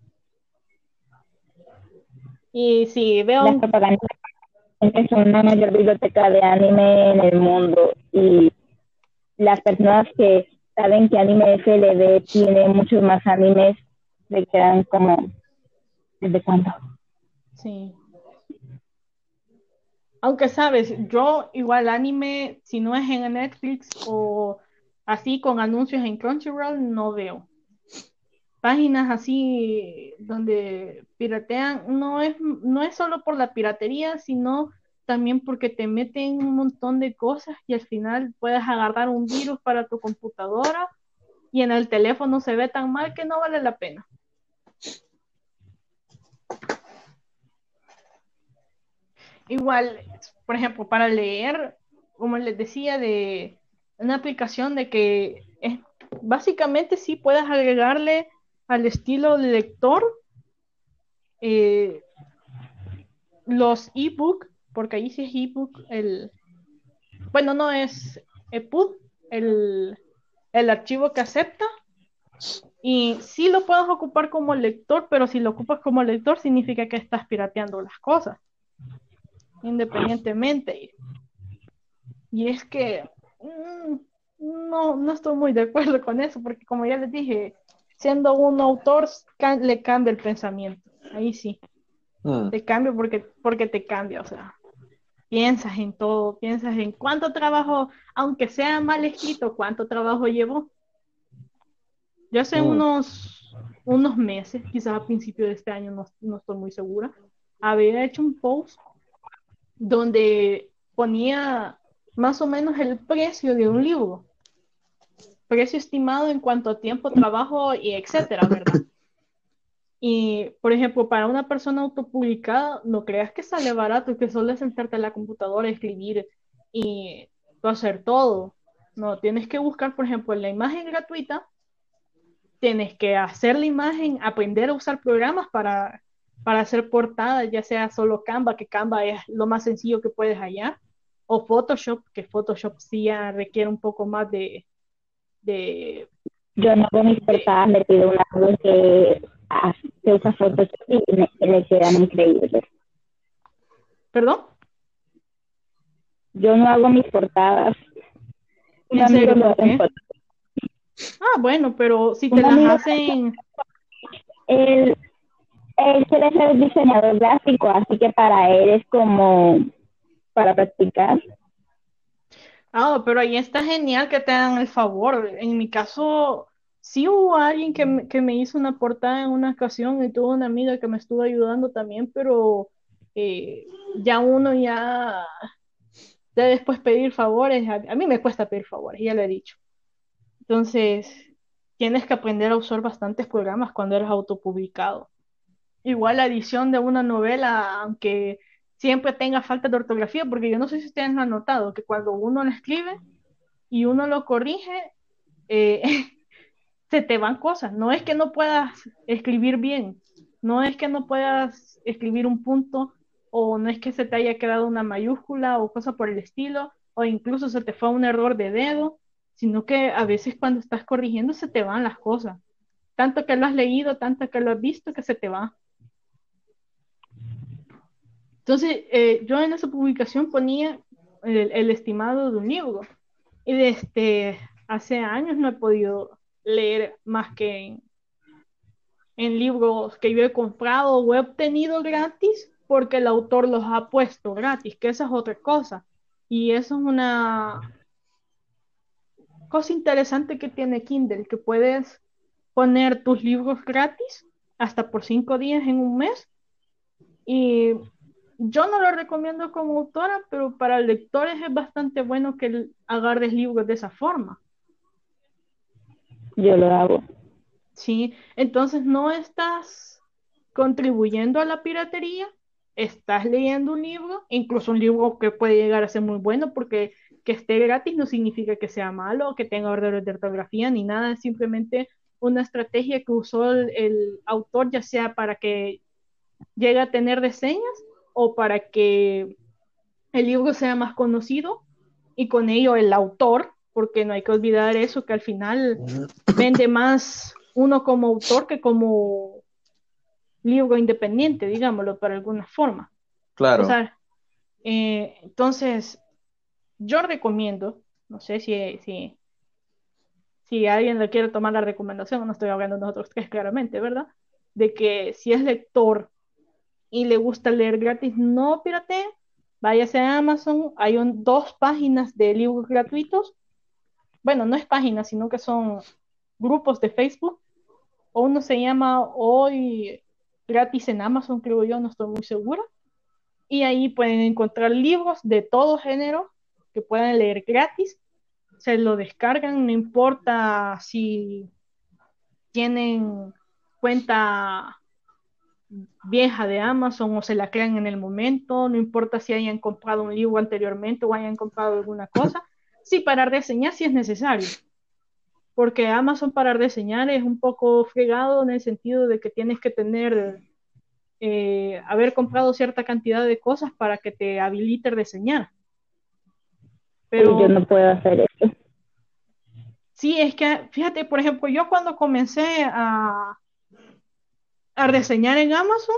Y si Las veo, propagandas son la mayor biblioteca de anime en el mundo y las personas que saben que Anime FLV tiene muchos más animes se quedan como, ¿desde cuándo? sí. Aunque sabes, yo igual anime, si no es en Netflix o así con anuncios en Crunchyroll, no veo. Páginas así donde piratean, no es solo por la piratería, sino también porque te meten un montón de cosas y al final puedes agarrar un virus para tu computadora y en el teléfono se ve tan mal que no vale la pena. Igual, por ejemplo, para leer, como les decía, de una aplicación de que básicamente sí puedes agregarle al estilo de lector eh, los ebook, porque ahí sí es ebook, bueno, no es EPUB, el, el archivo que acepta, y sí lo puedes ocupar como lector, pero si lo ocupas como lector significa que estás pirateando las cosas, independientemente. Y es que no estoy muy de acuerdo con eso, porque como ya les dije, siendo un autor le cambia el pensamiento. Ahí sí, Mm. te cambia porque te cambia, o sea, piensas en todo, piensas en cuánto trabajo, aunque sea mal escrito, cuánto trabajo llevó. Yo hace Mm. unos meses, quizás a principio de este año, no estoy muy segura, había hecho un post donde ponía más o menos el precio de un libro, precio estimado en cuanto a tiempo, trabajo y etcétera, ¿verdad? Y, por ejemplo, para una persona autopublicada, no creas que sale barato y que solo es sentarte en la computadora, escribir y hacer todo. No, tienes que buscar, por ejemplo, la imagen gratuita, tienes que hacer la imagen, aprender a usar programas para hacer portadas, ya sea solo Canva, que Canva es lo más sencillo que puedes hallar, o Photoshop, que Photoshop sí ya requiere un poco más de, Yo no hago mis de portadas, le pido a un amigo que usa fotos y le quedan increíbles. ¿Perdón? Yo no hago mis portadas, un ¿En amigo serio? lo ¿Por hace en qué? fotos. Ah, bueno, pero si te Un las amigo, hacen, él, él quiere ser diseñador gráfico, así que para él es como para practicar. pero ahí está genial que te hagan el favor. En mi caso, sí hubo alguien que me hizo una portada en una ocasión y tuve una amiga que me estuvo ayudando también, pero ya uno ya después pedir favores, a mí me cuesta pedir favores, ya lo he dicho. Entonces, tienes que aprender a usar bastantes programas cuando eres autopublicado. Igual la edición de una novela, aunque siempre tenga falta de ortografía, porque yo no sé si ustedes lo han notado, que cuando uno lo escribe y uno lo corrige, eh, se te van cosas. No es que no puedas escribir bien, no es que no puedas escribir un punto, o no es que se te haya quedado una mayúscula o cosa por el estilo, o incluso se te fue un error de dedo, sino que a veces cuando estás corrigiendo se te van las cosas. Tanto que lo has leído, tanto que lo has visto, que se te va. Entonces, yo en esa publicación ponía el estimado de un libro. Y desde hace años no he podido leer más que en libros que yo he comprado o he obtenido gratis porque el autor los ha puesto gratis, que esa es otra cosa. Y eso es una cosa interesante que tiene Kindle, que puedes poner tus libros gratis hasta por 5 días en un mes. Y yo no lo recomiendo como autora, pero para lectores es bastante bueno que agarres libros de esa forma. Yo lo hago. Sí, entonces no estás contribuyendo a la piratería, estás leyendo un libro, incluso un libro que puede llegar a ser muy bueno, porque que esté gratis no significa que sea malo, que tenga errores de ortografía, ni nada, es simplemente una estrategia que usó el autor, ya sea para que llegue a tener reseñas o para que el libro sea más conocido y con ello el autor, porque no hay que olvidar eso, que al final vende más uno como autor que como libro independiente, digámoslo, para alguna forma. O Claro. sea, entonces, yo recomiendo, no sé si alguien le quiere tomar la recomendación, no estoy hablando de nosotros tres claramente, ¿verdad? De que si es lector y le gusta leer gratis, no piratee, váyase a Amazon, hay 2 páginas de libros gratuitos, bueno, no es páginas, sino que son grupos de Facebook, o uno se llama Hoy Gratis en Amazon, creo yo, no estoy muy segura, y ahí pueden encontrar libros de todo género que puedan leer gratis, se lo descargan, no importa si tienen cuenta vieja de Amazon o se la crean en el momento, no importa si hayan comprado un libro anteriormente o hayan comprado alguna cosa, sí, para reseñar si es necesario, porque Amazon para reseñar es un poco fregado en el sentido de que tienes que tener, haber comprado cierta cantidad de cosas para que te habilite reseñar. Pero yo Pero no puedo hacer eso. sí, es que, fíjate, por ejemplo, yo cuando comencé a reseñar en Amazon,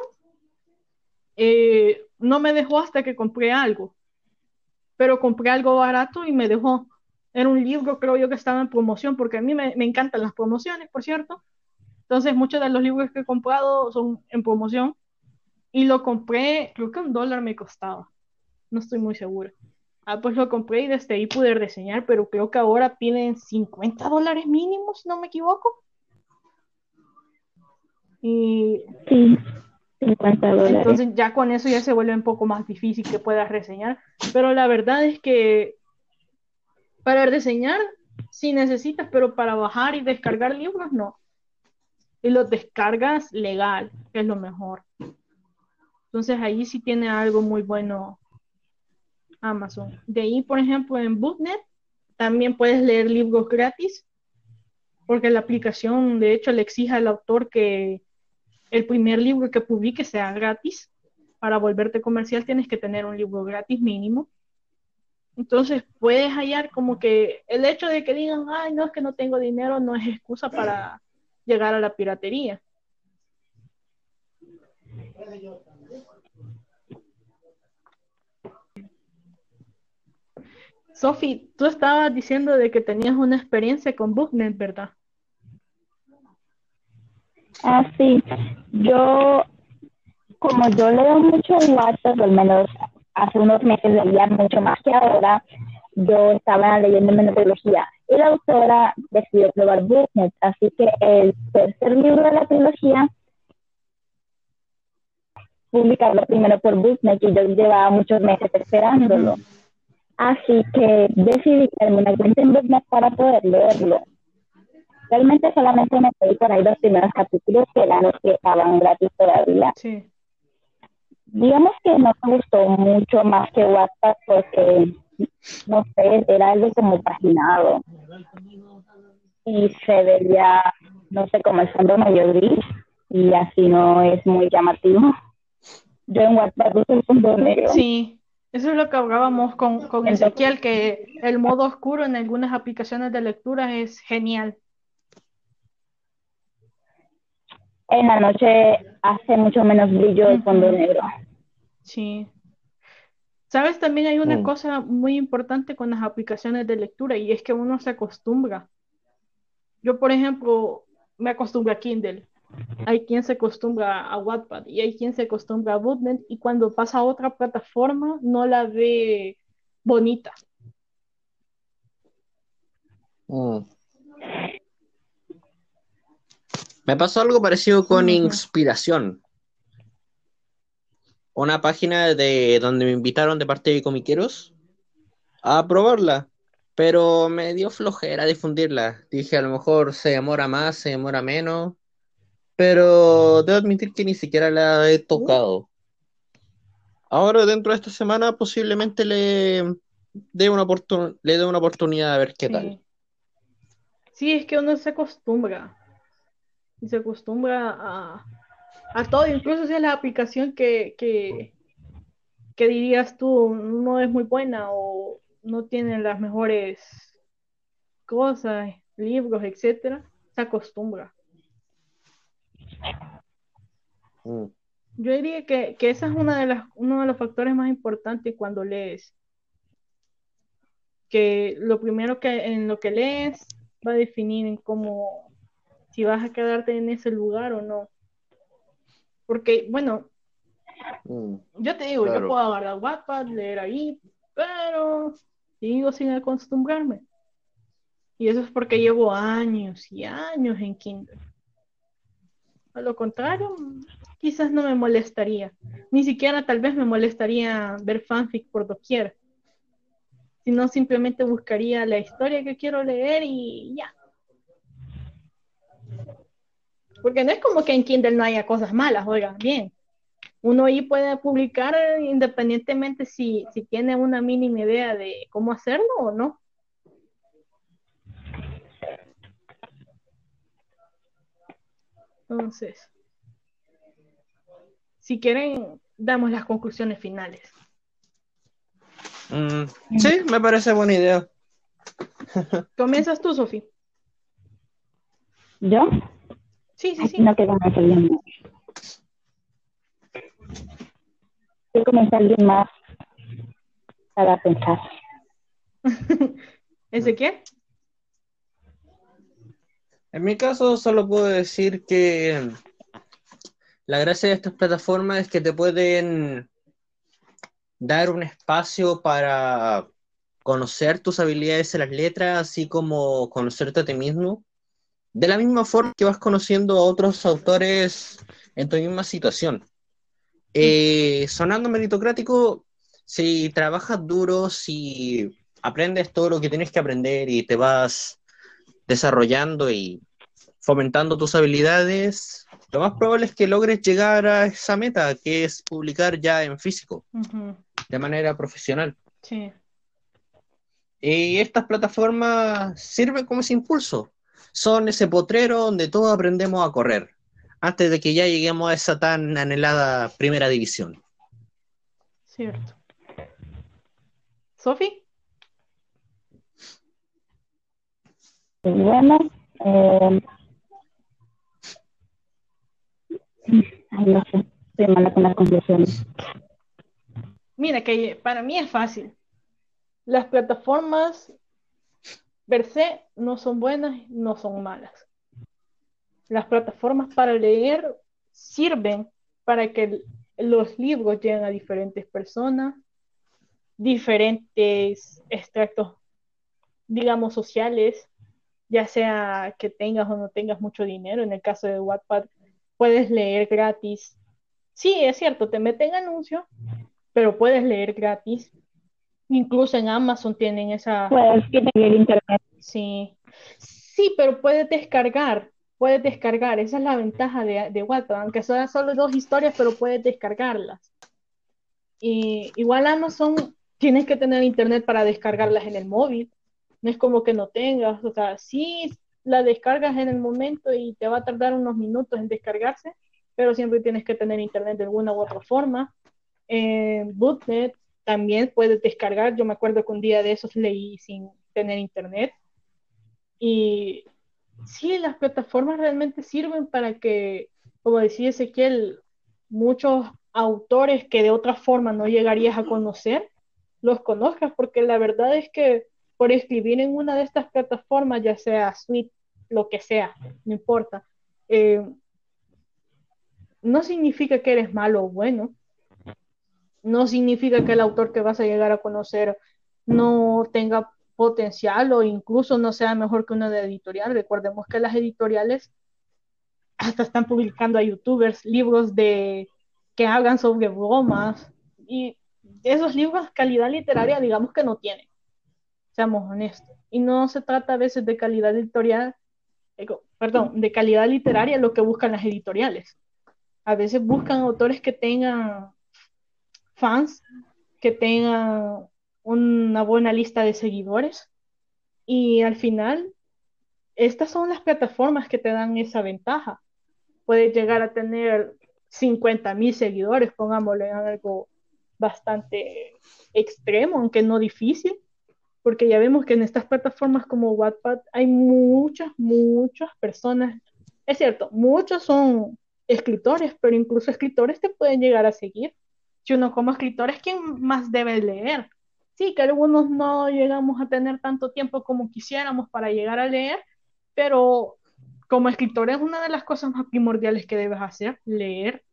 no me dejó hasta que compré algo, pero compré algo barato y me dejó. Era un libro, creo yo, que estaba en promoción, porque a mí me encantan las promociones, por cierto. Entonces, muchos de los libros que he comprado son en promoción y lo compré, creo que $1 me costaba, no estoy muy segura. Pues lo compré y desde ahí pude reseñar, pero creo que ahora piden $50 mínimos, si no me equivoco. Y Sí, $50. entonces ya con eso ya se vuelve un poco más difícil que puedas reseñar, pero la verdad es que para reseñar sí necesitas, pero para bajar y descargar libros no. Y los descargas legal, que es lo mejor. Entonces ahí sí tiene algo muy bueno Amazon. De ahí, por ejemplo, en Booknet también puedes leer libros gratis, porque la aplicación de hecho le exige al autor que el primer libro que publique sea gratis. Para volverte comercial tienes que tener un libro gratis mínimo. Entonces puedes hallar como que el hecho de que digan, ay, no, es que no tengo dinero, no es excusa para llegar a la piratería. Sophie, tú estabas diciendo de que tenías una experiencia con Booknet, ¿verdad? Sí, yo, como yo leo mucho WhatsApp, al menos hace unos meses leía mucho más que ahora, yo estaba leyendo metodología y la autora decidió probar Booknet, así que el tercer libro de la trilogía, publicarlo primero por Booknet y yo llevaba muchos meses esperándolo. Así que decidí crearme una cuenta en Booknet para poder leerlo. Realmente solamente me pedí por ahí los primeros capítulos que eran los que estaban gratis todavía. Sí. Digamos que no me gustó mucho más que WhatsApp porque, no sé, era algo como paginado. Y se veía, no sé, como el fondo medio gris y así no es muy llamativo. Yo en WhatsApp uso el fondo negro. Sí, eso es lo que hablábamos con Ezequiel, que el modo oscuro en algunas aplicaciones de lectura es genial. En la noche hace mucho menos brillo el fondo negro. Sí. ¿Sabes? También hay una Mm, cosa muy importante con las aplicaciones de lectura y es que uno se acostumbra. Yo, por ejemplo, me acostumbro a Kindle. Hay quien se acostumbra a Wattpad y hay quien se acostumbra a BookNet y cuando pasa a otra plataforma no la ve bonita. mm. Me pasó algo parecido con Ujú. Inspiración, una página de donde me invitaron de parte de comiqueros a probarla, pero me dio flojera difundirla. Dije, a lo mejor se demora más, se demora menos, pero debo admitir que ni siquiera la he tocado. Ahora, dentro de esta semana, posiblemente le dé una oportunidad a ver qué tal. Sí. Sí, es que uno se acostumbra y se acostumbra a todo, incluso si es la aplicación que dirías tú no es muy buena o no tiene las mejores cosas, libros, etcétera, se acostumbra. Mm, Yo diría que esa es uno de los factores más importantes cuando lees, que lo primero que en lo que lees va a definir en cómo, si vas a quedarte en ese lugar o no. Porque, bueno, mm, yo te digo, yo claro. puedo agarrar Wattpad, leer ahí, pero sigo sin acostumbrarme. Y eso es porque llevo años y años en Kindle. A lo contrario, quizás no me molestaría. Ni siquiera tal vez me molestaría ver fanfic por doquier, sino simplemente buscaría la historia que quiero leer y ya. Porque no es como que en Kindle no haya cosas malas, oigan, bien. Uno ahí puede publicar independientemente si tiene una mínima idea de cómo hacerlo o no. Entonces, si quieren, damos las conclusiones finales. Mm, sí, me parece buena idea. ¿Comienzas tú, Sofi? ¿Yo? Sí, sí, Ay, sí. no, que comience alguien más. Que comience alguien más para pensar. Mm. ¿Ezequiel? En mi caso, solo puedo decir que la gracia de estas plataformas es que te pueden dar un espacio para conocer tus habilidades en las letras, así como conocerte a ti mismo, de la misma forma que vas conociendo a otros autores en tu misma situación. Sonando meritocrático, si trabajas duro, si aprendes todo lo que tienes que aprender y te vas desarrollando y fomentando tus habilidades, lo más probable es que logres llegar a esa meta, que es publicar ya en físico, Ujú. de manera profesional. Sí, Y estas plataformas sirven como ese impulso. Son ese potrero donde todos aprendemos a correr, antes de que ya lleguemos a esa tan anhelada primera división. cierto. ¿Sofi? Pues bueno, eh, ay, no sé, estoy mala con las conclusiones. Mira, que para mí es fácil. Las plataformas per se no son buenas, no son malas. Las plataformas para leer sirven para que los libros lleguen a diferentes personas, diferentes extractos, digamos, sociales, ya sea que tengas o no tengas mucho dinero. En el caso de Wattpad, puedes leer gratis. Sí, es cierto, te meten anuncios, pero puedes leer gratis. Incluso en Amazon tienen esa, Pues que tenía el internet. sí, sí, pero puedes descargar, esa es la ventaja de Wattpad, aunque sean solo dos historias, pero puedes descargarlas. Y igual Amazon tienes que tener internet para descargarlas en el móvil, no es como que no tengas, o sea, sí la descargas en el momento y te va a tardar unos minutos en descargarse, pero siempre tienes que tener internet de alguna u otra forma. En Bootnet también puedes descargar, yo me acuerdo que un día de esos leí sin tener internet. Y sí, las plataformas realmente sirven para que, como decía Ezequiel, muchos autores que de otra forma no llegarías a conocer, los conozcas, porque la verdad es que por escribir en una de estas plataformas, ya sea Suite, lo que sea, no importa, no significa que eres malo o bueno, no significa que el autor que vas a llegar a conocer no tenga potencial o incluso no sea mejor que una de editorial. Recordemos que las editoriales hasta están publicando a youtubers libros que hablan sobre bromas y esos libros calidad literaria digamos que no tienen, seamos honestos. Y no se trata a veces de calidad editorial, de calidad literaria lo que buscan las editoriales. A veces buscan autores que tengan fans, que tengan una buena lista de seguidores y al final estas son las plataformas que te dan esa ventaja. Puedes llegar a tener 50,000 seguidores, pongámosle en algo bastante extremo, aunque no difícil, porque ya vemos que en estas plataformas como Wattpad hay muchas personas. Es cierto, muchos son escritores, pero incluso escritores te pueden llegar a seguir. Si uno como escritor es quien más debe leer. Sí, que algunos no llegamos a tener tanto tiempo como quisiéramos para llegar a leer, pero como escritor es una de las cosas más primordiales que debes hacer, leer.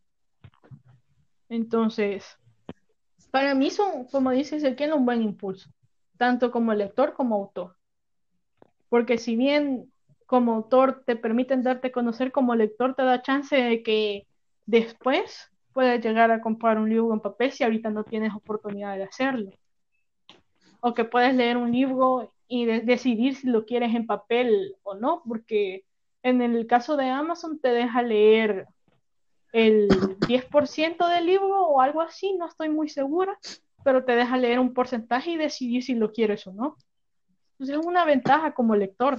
Entonces, para mí son, como dice Ezequiel, un buen impulso, tanto como lector como autor. Porque si bien como autor te permiten darte a conocer, como lector te da chance de que después puedas llegar a comprar un libro en papel si ahorita no tienes oportunidad de hacerlo. O que puedes leer un libro y decidir si lo quieres en papel o no, porque en el caso de Amazon te deja leer el 10% del libro o algo así, no estoy muy segura, pero te deja leer un porcentaje y decidir si lo quieres o no. Entonces es una ventaja como lector.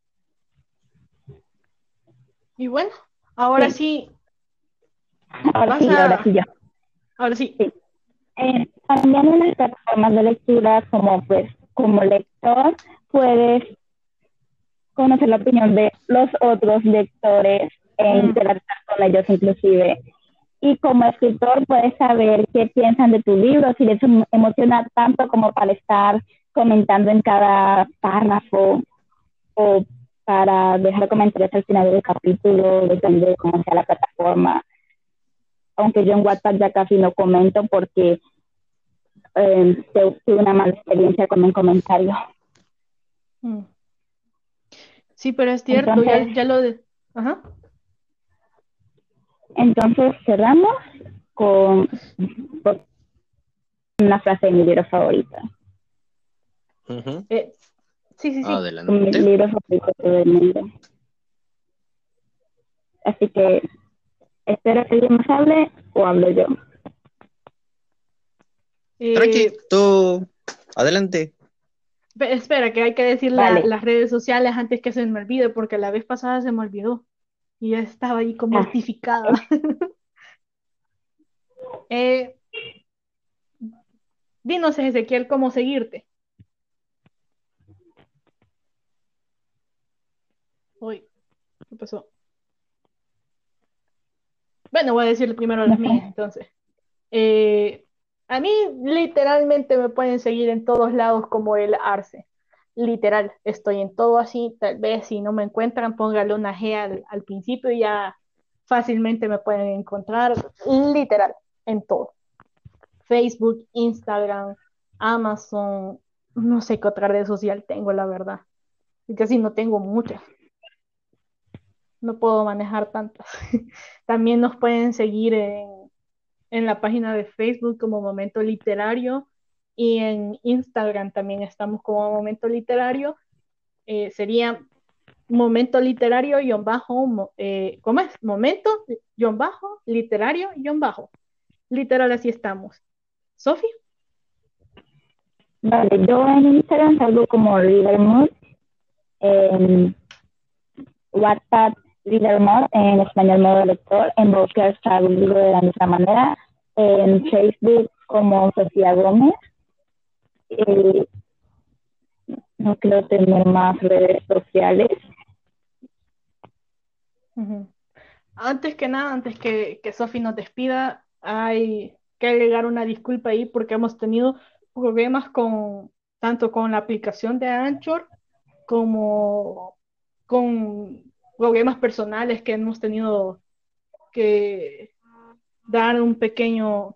Y bueno, ahora sí. Ahora sí yo. Ahora sí. Sí. También en las plataformas de lectura, como lector, puedes conocer la opinión de los otros lectores e interactuar con ellos inclusive. Y como escritor puedes saber qué piensan de tu libro, si les emociona tanto como para estar comentando en cada párrafo o para dejar comentarios al final del capítulo, depende de cómo sea la plataforma. Aunque yo en WhatsApp ya casi no comento porque tuve una mala experiencia con un comentario. Sí, pero es cierto, entonces, ya lo de... Ajá. Entonces cerramos con una frase de mi libro favorito. Uh-huh. Sí. Adelante. Mi libro favorito de todo el mundo. Así que espero que alguien más hable o hablo yo. Tranqui, tú adelante. Espera, que hay que decir las redes sociales antes que se me olvide, porque la vez pasada se me olvidó y ya estaba ahí como mortificada. Dinos, Ezequiel, cómo seguirte. Uy, ¿qué pasó? Bueno, voy a decir primero las mías, entonces. A mí literalmente me pueden seguir en todos lados como el Arce. Literal, estoy en todo así. Tal vez si no me encuentran, póngale una G al principio y ya fácilmente me pueden encontrar. Literal, en todo. Facebook, Instagram, Amazon, no sé qué otra red social tengo, la verdad. Y casi no tengo muchas. No puedo manejar tantas. También nos pueden seguir en la página de Facebook como Momento Literario y en Instagram también estamos como Momento Literario. Sería Momento Literario ¿cómo es? Momento Literario literal, así estamos. ¿Sofi? Vale, yo en Instagram salgo como Readermood, en WhatsApp Readermood, en español modo lector, en Booker salgo de la misma manera, en Facebook como Sofía Gómez. No quiero tener más redes sociales. Uh-huh. Antes que nada, antes que Sofi nos despida, hay que agregar una disculpa ahí porque hemos tenido problemas tanto con la aplicación de Anchor como con problemas personales que hemos tenido que dar un pequeño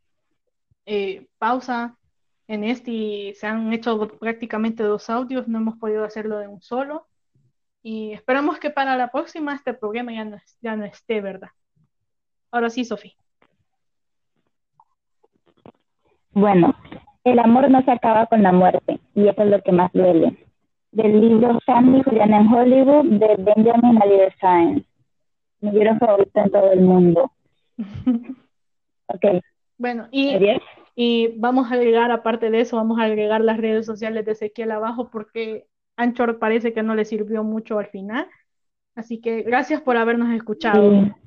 pausa en este y se han hecho prácticamente 2 audios, no hemos podido hacerlo de un solo y esperamos que para la próxima este problema ya no esté, ¿verdad? Ahora sí, Sofía. Bueno, el amor no se acaba con la muerte, y eso es lo que más duele. Del libro Sandy Juliana en Hollywood, de Benjamin Alier Sáenz. Mi libro favorito en todo el mundo. Ok. Bueno, ¿Adiós? y vamos a agregar, aparte de eso, vamos a agregar las redes sociales de Ezequiel abajo porque Anchor parece que no le sirvió mucho al final. Así que gracias por habernos escuchado. Sí.